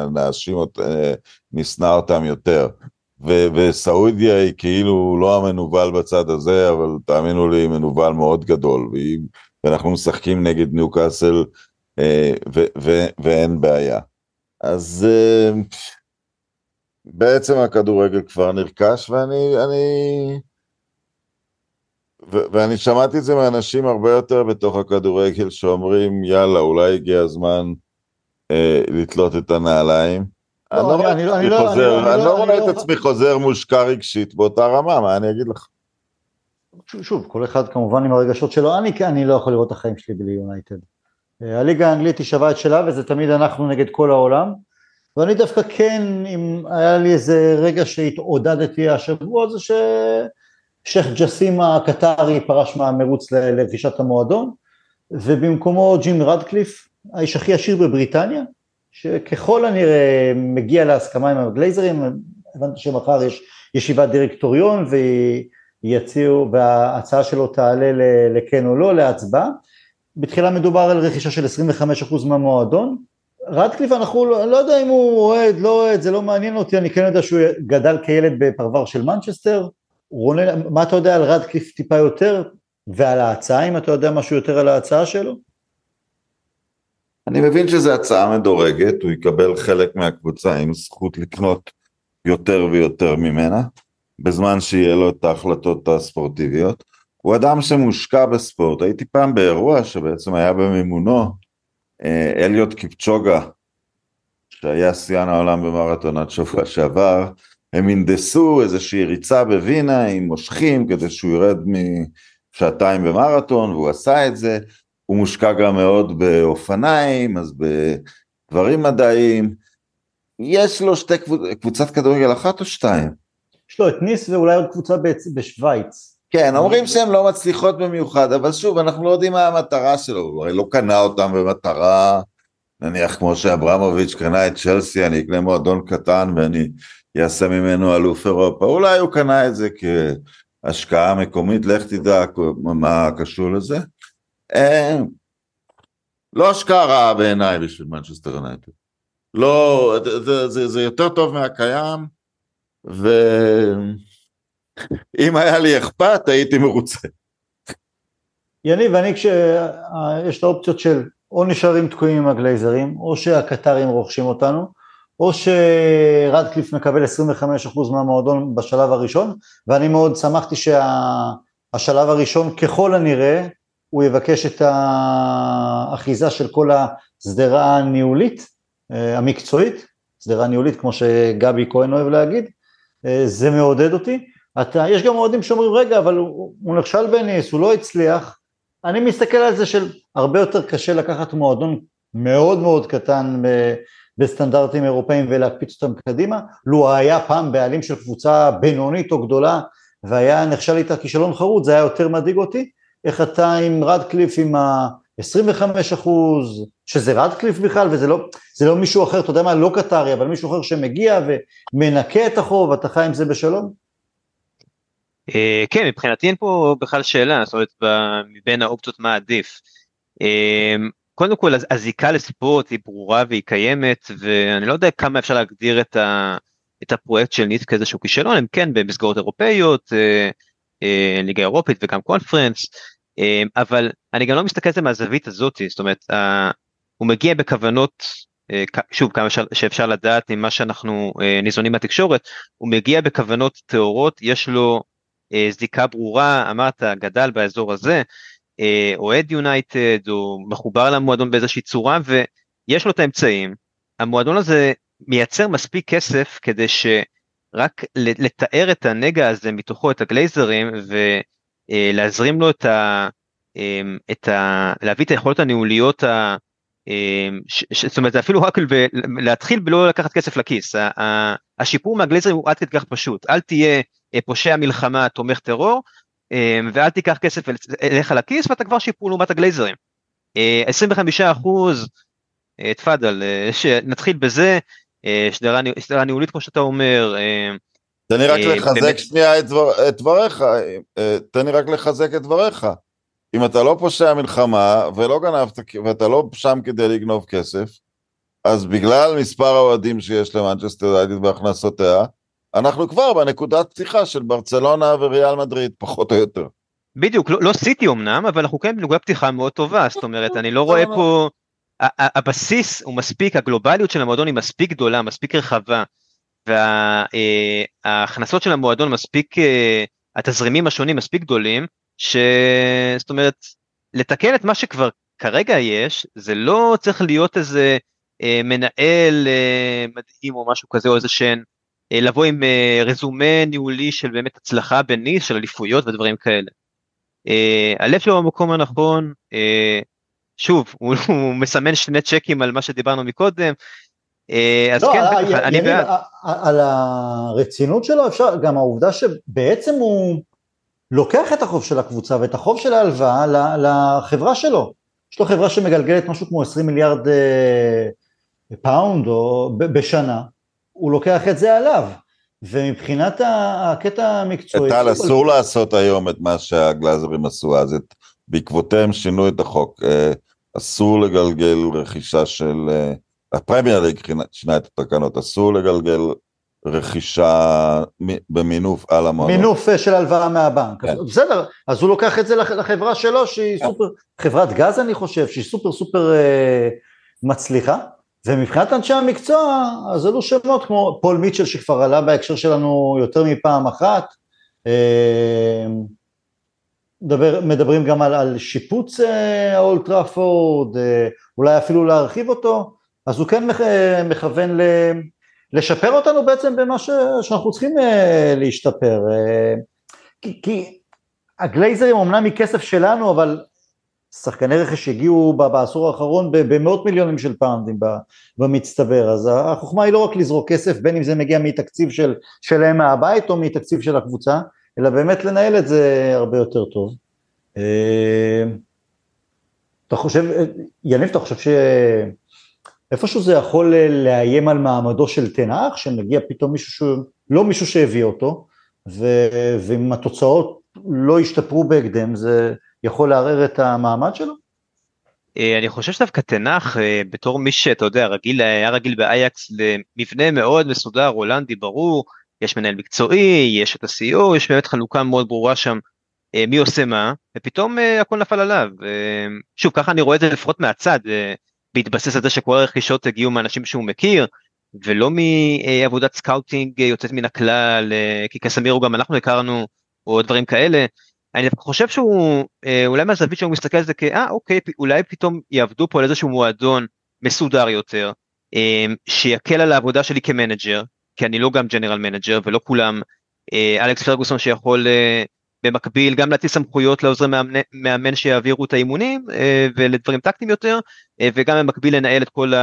נשנא אותם יותר, וסעודיה היא כאילו לא המנובל בצד הזה, אבל תאמינו לי, היא מנובל מאוד גדול, ואנחנו משחקים נגד ניוקאסל, ואין בעיה. אז בעצם הכדורגל כבר נרכש, ואני שמעתי את זה מאנשים הרבה יותר בתוך הכדורגל, שאומרים, יאללה, אולי הגיע הזמן לתלות את הנעליים. אני לא רואה את עצמי חוזר מושקע רגשית באותה רמה, מה אני אגיד לך? שוב, כל אחד כמובן עם הרגשות שלו, אני לא יכול לראות את החיים שלי בלי יונייטד. הליגה האנגלית היא שווה את שלה, וזה תמיד אנחנו נגד כל העולם, ואני דווקא כן, אם היה לי איזה רגע שהתעודדתי השבוע, זה ששייח ג'סים הקטרי פרש מהמרוץ לרכישת המועדון, ובמקומו ג'ים רדקליף, האיש הכי עשיר בבריטניה, שככל הנראה מגיע להסכמה עם הגלייזרים, הבנתי שמחר יש ישיבת דירקטוריון, ויציעו, וההצעה שלו תעלה לכן או לא, להצבעה. בתחילה מדובר על רכישה של 25% מהמועדון, רדקליף אנחנו לא יודע אם הוא אוהד, לא אוהד, זה לא מעניין אותי, אני כן יודע שהוא גדל כילד בפרבר של מנצ'סטר. רונן, מה אתה יודע על רדקליף טיפה יותר, ועל ההצעה, אם אתה יודע משהו יותר על ההצעה שלו? אני מבין שזו הצעה מדורגת, הוא יקבל חלק מהקבוצה עם זכות לקנות יותר ויותר ממנה, בזמן שיהיה לו את ההחלטות הספורטיביות. הוא אדם שמושקע בספורט, הייתי פעם באירוע שבעצם היה במימונו, אליוט קיפצ'וגה, שהיה שיאן העולם במרתון עד שבוע שעבר, הם הנדסו איזושהי ריצה בווינה עם מושכים כדי שהוא ירד משעתיים במרתון, והוא עשה את זה. הוא מושקע גם מאוד באופניים, אז בדברים מדעיים. יש לו קבוצת כדורגל אחת או שתיים? יש לו את ניס ואולי עוד קבוצה בשוויץ. כן, אומרים שהן לא מצליחות במיוחד, אבל שוב, אנחנו לא יודעים מה המטרה שלו, הוא הרי לא קנה אותם במטרה, נניח כמו שאברמוביץ' קנה את צ'לסי, אני אקנה מועדון קטן ואני אעשה ממנו אלוף אירופה, אולי הוא קנה את זה כהשקעה מקומית, לך תדע מה קשור לזה. לא השקעה רעה בעיניי בשביל מנצ'סטר יונייטד. לא, זה יותר טוב מהקיים, ואם היה לי אכפת, הייתי מרוצה. יניב, ואני כשיש את האופציות של או נשארים תקועים עם הגלייזרים, או שהקטרים רוכשים אותנו, או שרדקליף מקבל 25% מהמועדון בשלב הראשון, ואני מאוד שמחתי שהשלב הראשון ככל הנראה, הוא יבקש את האחיזה של כל הסדרה הניהולית, המקצועית, סדרה ניהולית כמו שגבי כהן אוהב להגיד, זה מעודד אותי. יש גם מועדים שאומרים רגע, אבל הוא נכשל בניס, הוא לא הצליח, אני מסתכל על זה של הרבה יותר קשה לקחת מועדון מאוד מאוד קטן בסטנדרטים אירופאים ולהקפיץ אותם קדימה, לו היה פעם בעלים של קבוצה בינונית או גדולה, והיה נכשל איתה כישלון חרוץ, זה היה יותר מדאיג אותי. איך אתה עם רדקליף עם ה-25%, שזה רדקליף בכלל, וזה לא מישהו אחר, אתה יודע מה, לא קטרי, אבל מישהו אחר שמגיע ומנקה את החוב, אתה חי עם זה בשלום? כן, מבחינתי אין פה בכלל שאלה, זאת אומרת, מבין האופציות מה עדיף. קודם כל, הזיקה לספורט היא ברורה והיא קיימת, ואני לא יודע כמה אפשר להגדיר את הפרויקט של ניס כאיזשהו כישלון, הם כן במסגרות אירופאיות, ליגה אירופית וגם קונפרנס, אבל אני גם לא מסתכל על זה מהזווית הזאת, זאת אומרת, הוא מגיע בכוונות, שוב, כמה שאפשר לדעת עם מה שאנחנו ניזונים מהתקשורת, הוא מגיע בכוונות טהורות, יש לו זיקה ברורה, אמרת, גדל באזור הזה, אוהד יונייטד, הוא מחובר למועדון באיזושהי צורה, ויש לו את האמצעים, המועדון הזה מייצר מספיק כסף, כדי שרק לתאר את הנגע הזה מתוכו, את הגלייזרים, ולהזרים לו להביא את היכולות הניהוליות, זאת אומרת, אפילו רק להתחיל בלא לקחת כסף לכיס, השיפור מהגלייזרים הוא עד כדי כך פשוט, אל תהיה פושע מלחמה, תומך טרור, ואל תיקח כסף ולך לכיס, ואתה כבר שיפור לעומת הגלייזרים. 25%, תפדל, נתחיל בזה, שדרה ניהולית כמו שאתה אומר. תן לי רק לחזק שנייה את דבריך, תן לי רק לחזק את דבריך. אם אתה לא פושע מלחמה, ולא גנבת, ואתה לא שם כדי לגנוב כסף, אז בגלל מספר האוהדים שיש למנצ'סטר יונייטד בהכנסותיה, אנחנו כבר בנקודת פתיחה של ברצלונה וריאל מדריד, פחות או יותר. בדיוק, לא סיטי אמנם, אבל אנחנו כן בנקודת פתיחה מאוד טובה, זאת אומרת, אני לא רואה פה, הבסיס הוא מספיק, הגלובליות של המועדון היא מספיק גדולה, מספיק רחבה, וההכנסות של המועדון מספיק, התזרימים השונים מספיק גדולים, זאת אומרת, לתקן את מה שכבר כרגע יש, זה לא צריך להיות איזה מנהל מדהים או משהו כזה, או איזה שהן, לבוא עם רזומה ניהולי של באמת הצלחה בניס, של אליפויות ודברים כאלה. הלב שלו במקום הנכון, שוב, הוא מסמן שני צ'קים על מה שדיברנו מקודם, אז לא, כן, בטח, אני יניב, בעד. על הרצינות שלו אפשר, גם העובדה שבעצם הוא לוקח את החוב של הקבוצה ואת החוב של ההלוואה לחברה שלו. יש לו חברה שמגלגלת משהו כמו 20 מיליארד פאונד או בשנה, הוא לוקח את זה עליו, ומבחינת הקטע המקצועי... טל, אסור לעשות היום את מה שהגלאזרים עשו, אז בעקבותיהם שינו את החוק, אסור לגלגל רכישה של... הפרמייר ליג שינה את התקנות, אסור לגלגל רכישה במינוף על המועדון. מינוף של הלוואה מהבנק. כן. בסדר, אז הוא לוקח את זה לחברה שלו, שהיא סופר, חברת גז אני חושב, שהיא סופר סופר מצליחה, ומבחינת אנשי המקצוע, אז אלו שמות כמו פול מיטשל, שכבר עלה בהקשר שלנו יותר מפעם אחת, מדברים גם על שיפוץ האולד טראפורד, אולי אפילו להרחיב אותו, אז הוא כן מכוון לשפר אותנו בעצם במה שאנחנו צריכים להשתפר, כי הגלייזרים אומנם מכסף שלנו, אבל שחקני רכש הגיעו בעשור האחרון במאות מיליונים של פאונדים במצטבר, אז החוכמה היא לא רק לזרוק כסף, בין אם זה מגיע מתקציב שלהם מהבית או מתקציב של הקבוצה, אלא באמת לנהל את זה הרבה יותר טוב. אתה חושב, יניב, אתה חושב איפשהו זה יכול לאיים על מעמדו של תנח, שמגיע פתאום לא מישהו שהביא אותו, ואם התוצאות לא ישתפרו בהקדם, זה יכול לערער את המעמד שלו? אני חושב שדווקא תנח, בתור מי שאתה יודע, היה רגיל באייקס למבנה מאוד מסודר, הולנדי ברור, יש מנהל מקצועי, יש את ה-CEO, יש באמת חלוקה מאוד ברורה שם, מי עושה מה, ופתאום הכל נפל עליו. שוב, ככה אני רואה את זה לפחות מהצד, בהתבסס על זה שכל הרכישות הגיעו מאנשים שהוא מכיר, ולא מעבודת סקאוטינג יוצאת מן הכלל, כי קסמירו גם אנחנו הכרנו, או דברים כאלה. אני חושב שהוא, אולי מהזווית שהוא מסתכל על זה אוקיי, אולי פתאום יעבדו פה על איזשהו מועדון מסודר יותר, שיקל על העבודה שלי כמנג'ר, כי אני לא גם ג'נרל מנג'ר, ולא כולם, אלכס פרגוסון שיכול במקביל גם להטיל סמכויות לעוזרי מאמן שיעבירו את האימונים, ולדברים טקטיים יותר, וגם במקביל לנהל את כל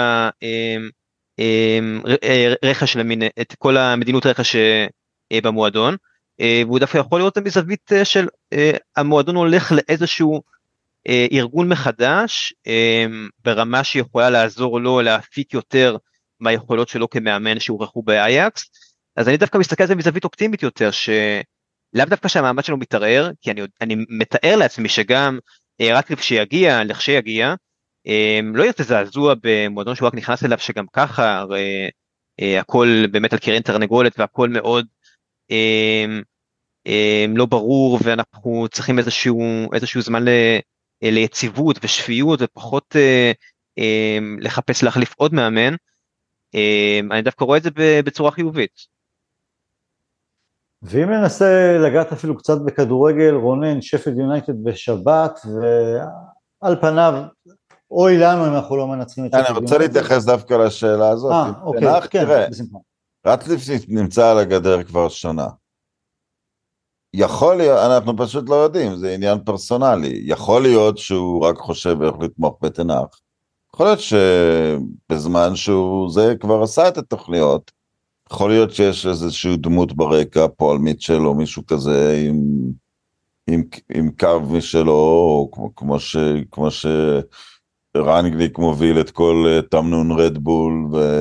הרכש, את כל המדינות רכש במועדון, והוא דווקא יכול לראות את מזווית של המועדון הולך לאיזשהו ארגון מחדש, ברמה שיכולה לעזור לו להפיק יותר מהיכולות שלו כמאמן שהוכחו באייקס. אז אני דווקא מסתכל על זה מזווית אופטימית יותר, שלאו דווקא שהמעמד שלו מתערער, כי אני מתאר לעצמי שגם רק לכשיגיע, לא יהיה תזעזוע במועדון שהוא רק נכנס אליו, שגם ככה הכל באמת על קרן תרנגולת, והכל מאוד לא ברור, ואנחנו צריכים איזשהו זמן ליציבות ושפיות, ופחות לחפש להחליף עוד מאמן. אני דווקא רואה את זה בצורה חיובית. ואם ננסה לגעת אפילו קצת בכדורגל, רונן, שפילד יונייטד בשבת, ועל פניו, אוי לנו אם אנחנו לא מנצחים את שפילד יונייטד. אני רוצה להתייחס דווקא לשאלה הזאת. אוקיי, כן, בשמחה. רטקליף נמצא על הגדר כבר שנה. יכול להיות, אנחנו פשוט לא יודעים, זה עניין פרסונלי. יכול להיות שהוא רק חושב איך לתמוך בתנח. יכול להיות שבזמן שהוא זה כבר עשה את התוכניות, יכול להיות שיש איזושהי דמות ברקע, פול מיטשל או מישהו כזה עם קו משלו, או כמו שרנגליק מוביל את כל תמנון רדבול,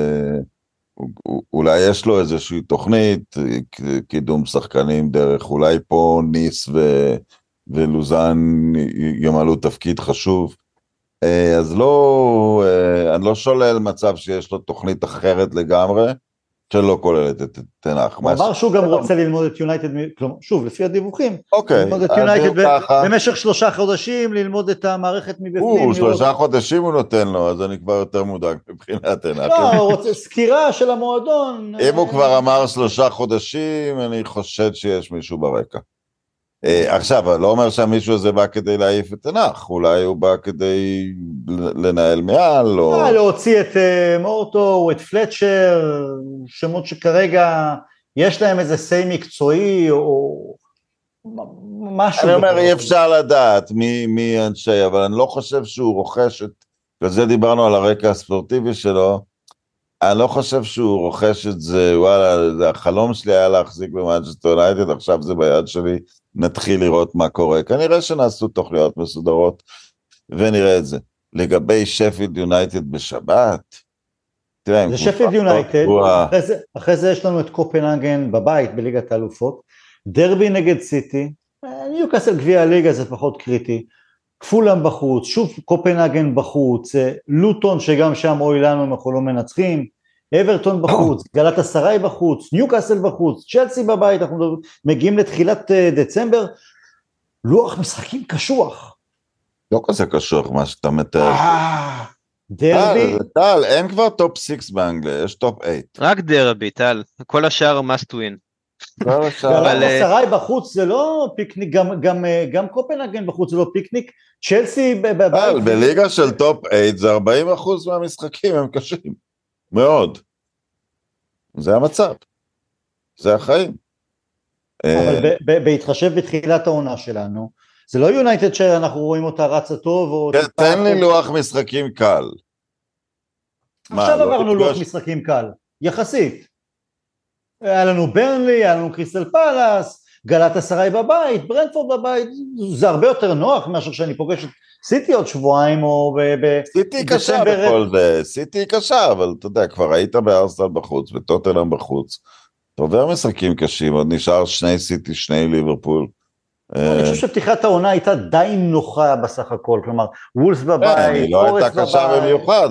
ואולי יש לו איזושהי תוכנית, קידום שחקנים דרך, אולי פה ניס ולוזן ימלאו תפקיד חשוב, אז לא, אני לא שולל מצב שיש לו תוכנית אחרת לגמרי, שלא כוללת את תנח. הוא אמר שהוא גם רוצה ללמוד את יונייטד, כלומר, שוב, לפי הדיווחים, ללמוד את אז יונייטד במשך 3 חודשים, ללמוד את המערכת מבפנים. 3 חודשים הוא נותן לו, אז אני כבר יותר מודאג מבחינת תנח. לא, הוא רוצה סקירה של המועדון. אם הוא כבר אמר 3 חודשים, אני חושד שיש מישהו ברקע. עכשיו, אני לא אומר שהמישהו הזה בא כדי להעיף את תנח, אולי הוא בא כדי לנהל מעל, או... להוציא את מורטו, או את פלצ'ר, שמות שכרגע יש להם איזה סי מקצועי, או משהו. אני אומר, אי אפשר לדעת מי אנשי, אבל אני לא חושב שהוא רוכש את, וזה דיברנו על הרקע הספורטיבי שלו, אני לא חושב שהוא רוכש את זה, וואלה, החלום שלי היה להחזיק במנצ'סטר יונייטד, עכשיו זה ביד שלי, נתחיל לראות מה קורה. כנראה שנעשו תוכניות מסודרות, ונראה את זה. לגבי שפילד יונייטד בשבת, תראה, זה שפילד יונייטד, אחרי זה יש לנו את קופנהגן בבית בליגת האלופות, דרבי נגד סיטי, ניוקאסל גביע הליגה זה פחות קריטי, פולאם בחוץ, שוב קופנהגן בחוץ, לוטון שגם שם אוי לנו אנחנו לא מנצחים, אברטון בחוץ, גלאטסראי בחוץ, ניוקאסל בחוץ, צ'לסי בבית, אנחנו מגיעים לתחילת דצמבר, לוח משחקים קשוח. לא כזה קשוח מה שאתה מתאר. דרבי? טל, אין כבר טופ 6 באנגליה, יש טופ 8. רק דרבי, טל, כל השאר must win. גלאטסראי בחוץ זה לא פיקניק, גם קופנהגן בחוץ זה לא פיקניק, צ'לסי בבית. בליגה של טופ 8 זה 40% מהמשחקים הם קשים, מאוד. זה המצב, זה החיים. אבל בהתחשב בתחילת העונה שלנו, זה לא יונייטד שאנחנו רואים אותה רצה טוב. תן לי לוח משחקים קל. עכשיו עברנו לוח משחקים קל, יחסית. היה לנו ברנלי, היה לנו קריסטל פלאס, גלאטסראי בבית, ברנפורד בבית, זה הרבה יותר נוח מאשר שאני פוגש את סיטי עוד שבועיים או סיטי קשה בכל זה, סיטי קשה, אבל אתה יודע, כבר היית בארסנל בחוץ, וטוטנהאם בחוץ, אתה עובר משחקים קשים, עוד נשאר שני סיטי, שני ליברפול. אני חושב שפתיחת העונה הייתה די נוחה בסך הכל, כלומר, וולס בבית, היא לא הייתה קשה במיוחד,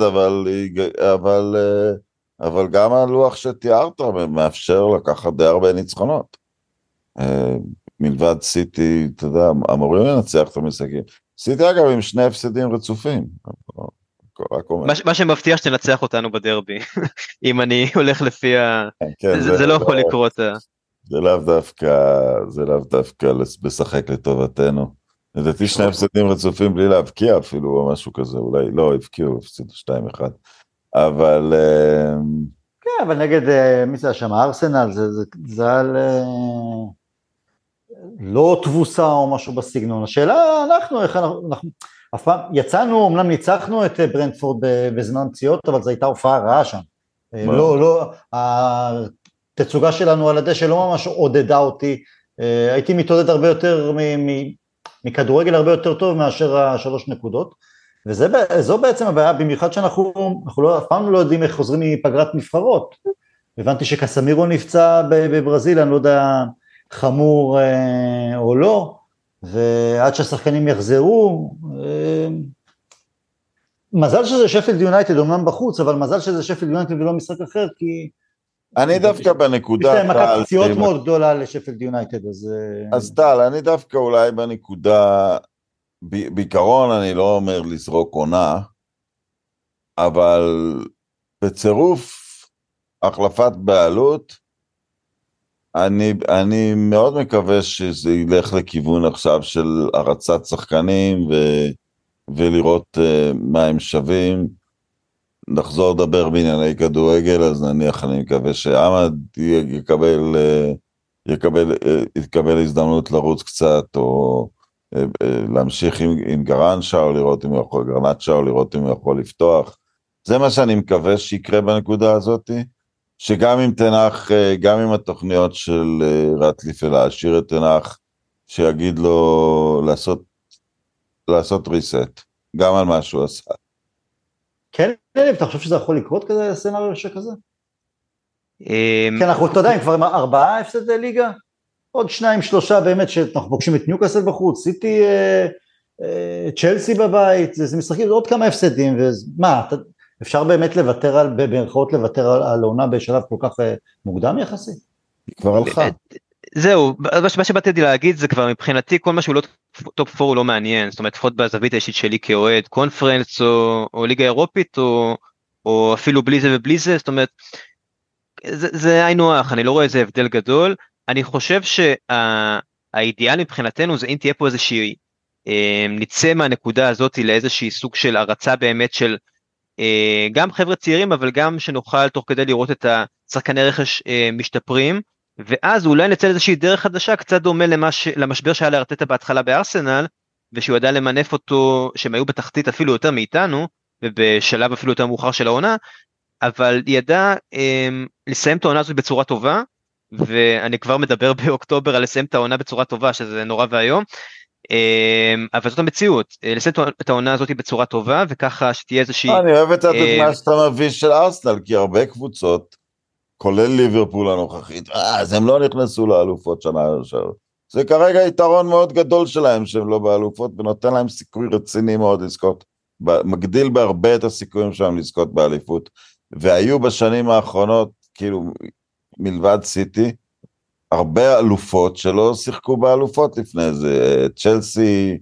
אבל גם הלוח שתיארת מאפשר לקחת די הרבה ניצחונות. מלבד סיטי, אתה יודע, אמורים לנצח את המשחקים. סיטי אגב עם שני הפסדים רצופים. מה שמבטיח שתנצח אותנו בדרבי, אם אני הולך לפי זה לא יכול לקרות. זה לאו דווקא לשחק לטובתנו. לדעתי שני הפסדים רצופים בלי להבקיע אפילו, או משהו כזה, אולי לא הבקיעו, הפסידו 2-1. אבל... כן, אבל נגד, מי זה שם, ארסנל, זה על לא תבוסה או משהו בסגנון. השאלה, איך אנחנו, אף פעם, יצאנו, אמנם ניצחנו את ברנטפורד בזמן פציעות, אבל זו הייתה הופעה רעה שם. לא, התצוגה שלנו על הדשא לא ממש עודדה אותי, הייתי מתעודד הרבה יותר, מכדורגל הרבה יותר טוב מאשר השלוש נקודות, וזו בעצם הבעיה, במיוחד שאנחנו אף פעם לא יודעים איך חוזרים מפגרת נבחרות. הבנתי שקסמירו נפצע בברזיל, אני לא יודע חמור או לא, ועד שהשחקנים יחזרו, מזל שזה שפילד יונייטד, אומנם בחוץ, אבל מזל שזה שפילד יונייטד ולא משחק אחר, כי... אני דווקא בנקודה... יש להם מכת פציעות מאוד גדולה לשפילד יונייטד, אז טל, אני דווקא אולי בנקודה... בעיקרון אני לא אומר לזרוק עונה, אבל בצירוף החלפת בעלות, אני מאוד מקווה שזה ילך לכיוון עכשיו של הרצת שחקנים ולראות מה הם שווים. נחזור לדבר בענייני כדורגל, אז נניח אני מקווה שעמד יקבל הזדמנות לרוץ קצת, או להמשיך עם גרנצ'ה, לראות אם הוא יכול, גרנצ'ה, או לראות אם הוא יכול לפתוח. זה מה שאני מקווה שיקרה בנקודה הזאת, שגם אם תנח, גם עם התוכניות של רטליף, להשאיר את תנח, שיגיד לו לעשות ריסט, גם על מה שהוא עשה. כן, אתה חושב שזה יכול לקרות כזה, סצנריו שכזה? כן, אתה יודע, כבר עם 4 הפסדי ליגה, עוד 2-3 באמת שאנחנו פוגשים את ניוקאסל בחוץ, סיטי, צ'לסי בבית, זה משחקים, עוד כמה הפסדים, ומה, אפשר באמת לוותר במרכאות לוותר על העונה בשלב כל כך מוקדם יחסי? היא כבר הלכה. זהו, מה שבאתי להגיד זה כבר מבחינתי, כל מה שהוא לא טופ 4 הוא לא מעניין, זאת אומרת, לפחות בזווית האישית שלי כאוהד, קונפרנס או ליגה אירופית, או אפילו בלי זה ובלי זה, זאת אומרת, זה היינו הך, אני לא רואה איזה הבדל גדול. אני חושב שהאידיאל מבחינתנו זה אם תהיה פה איזושהי, נצא מהנקודה הזאת לאיזושהי סוג של הרצה באמת של גם חבר'ה צעירים, אבל גם שנוכל תוך כדי לראות את השחקני רכש משתפרים, ואז אולי נצא לאיזושהי דרך חדשה, קצת דומה למשבר שהיה לארטטה בהתחלה בארסנל, ושהוא ידע למנף אותו, שהם היו בתחתית אפילו יותר מאיתנו, ובשלב אפילו יותר מאוחר של העונה, אבל ידע לסיים את העונה הזאת בצורה טובה, ואני כבר מדבר באוקטובר על לסיים את העונה בצורה טובה, שזה נורא והיום, אבל זאת המציאות, לסיים את העונה הזאת בצורה טובה, וככה שתהיה איזושהי... אני אוהב את הדוגמה שאתה מביא של ארסנל, כי הרבה קבוצות, כולל ליברפול הנוכחית, אז הם לא נכנסו לאלופות שנה ראשונה. זה כרגע יתרון מאוד גדול שלהם, שהם לא באלופות, ונותן להם סיכוי רציני מאוד לזכות, מגדיל בהרבה את הסיכויים שלהם לזכות באליפות, והיו בשנים האחרונות, כאילו, מלבד סיטי, הרבה אלופות שלא שיחקו באלופות לפני זה, צ'לסי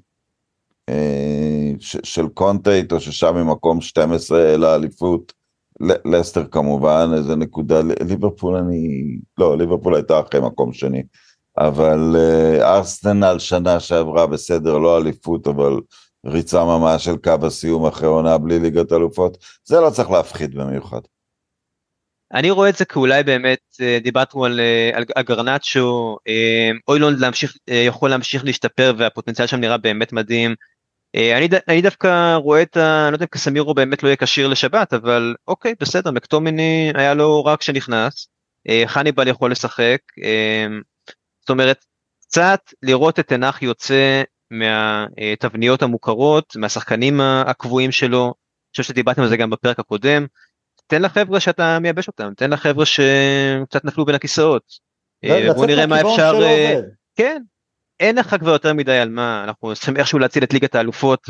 של קונטייט, או ששם ממקום 12 לאליפות, לסטר כמובן, איזה נקודה, ליברפול הייתה אחרי מקום שני, אבל ארסנל שנה שעברה בסדר, לא אליפות, אבל ריצה ממש של קו הסיום אחרי עונה בלי ליגת אלופות, זה לא צריך להפחיד במיוחד. אני רואה את זה כאולי באמת, דיברנו על גרנצ'ו, אוילונד יכול להמשיך להשתפר, והפוטנציאל שם נראה באמת מדהים, אני דווקא רואה אני לא יודע אם קסמירו באמת לא יהיה כשיר לשבת, אבל אוקיי, בסדר, מקטומיני היה לו רק שנכנס, חניבל יכול לשחק, זאת אומרת, קצת לראות את תנח יוצא מהתבניות המוכרות, מהשחקנים הקבועים שלו, אני חושב שדיברתם על זה גם בפרק הקודם, תן לחבר'ה שאתה מייבש אותם, תן לחבר'ה שקצת נפלו בין הכיסאות, בואו נראה מה אפשר, כן, אין לך כבר יותר מדי על מה, אנחנו צריכים איכשהו להציל את ליגת האלופות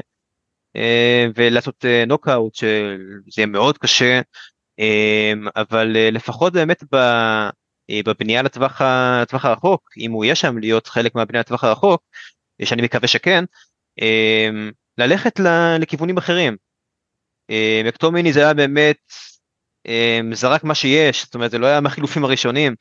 ולעשות נוקאוט, שזה יהיה מאוד קשה, אבל לפחות באמת בבנייה לטווח הרחוק, אם הוא יהיה שם להיות חלק מהבנייה לטווח הרחוק, שאני מקווה שכן, ללכת לכיוונים אחרים. מקטומיני זה היה באמת, זרק מה שיש, זאת אומרת זה לא היה מהחילופים הראשונים,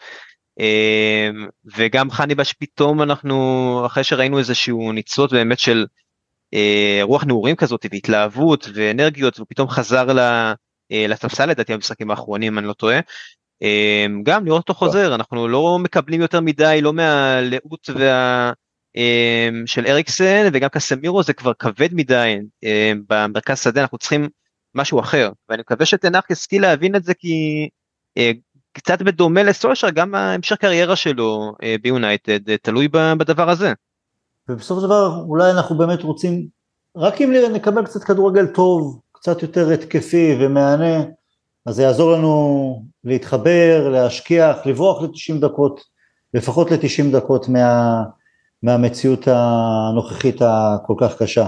וגם חניבל שפתאום אנחנו, אחרי שראינו איזשהו ניצוץ באמת של רוח נעורים כזאת, והתלהבות ואנרגיות, ופתאום חזר לספסל לדעתי המשחקים האחרונים, אני לא טועה, גם לראות אותו חוזר, אנחנו לא מקבלים יותר מדי, לא מהלאות של אריקסן, וגם קסמירו זה כבר כבד מדי במרכז שדה, אנחנו צריכים משהו אחר, ואני מקווה שתנח ישכיל להבין את זה, כי קצת בדומה לסולשר, גם המשך קריירה שלו ביונייטד, תלוי בדבר הזה. ובסוף הדבר, אולי אנחנו באמת רוצים, רק אם נקבל קצת כדורגל טוב, קצת יותר התקפי ומענה, אז זה יעזור לנו להתחבר, להשכיח, לברוח ל-90 דקות, לפחות ל-90 דקות מהמציאות הנוכחית הכל כך קשה.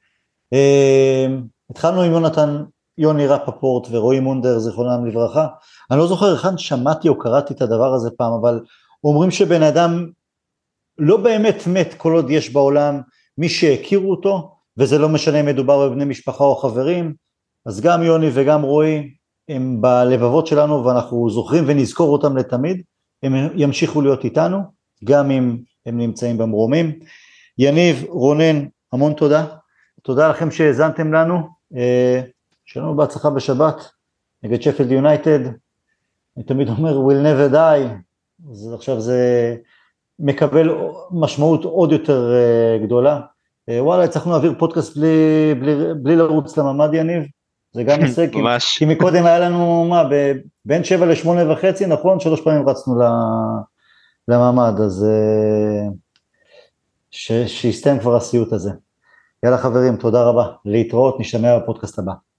התחלנו עם יוני רפפורט ורועי מונדר, זיכרונם לברכה, אני לא זוכר איך שמעתי או קראתי את הדבר הזה פעם, אבל אומרים שבן אדם לא באמת מת כל עוד יש בעולם מי שהכירו אותו, וזה לא משנה אם מדובר בבני משפחה או חברים, אז גם יוני וגם רועי הם בלבבות שלנו, ואנחנו זוכרים ונזכור אותם לתמיד, הם ימשיכו להיות איתנו, גם אם הם נמצאים במרומים. יניב, רונן, המון תודה, תודה לכם שהזנתם לנו, שלנו בהצלחה בשבת, נגד שפילד יונייטד, אני תמיד אומר, we'll never die, אז עכשיו זה מקבל משמעות עוד יותר גדולה, וואלה, הצלחנו להעביר פודקאסט בלי לרוץ לממד יניב, זה גם הישג, כי מקודם היה לנו, בין 7 ל8.5, נכון? 3 פעמים רצנו לממד, אז שיסתיים כבר הסיוט הזה. יאללה חברים, תודה רבה, להתראות, נשתמע בפודקאסט הבא.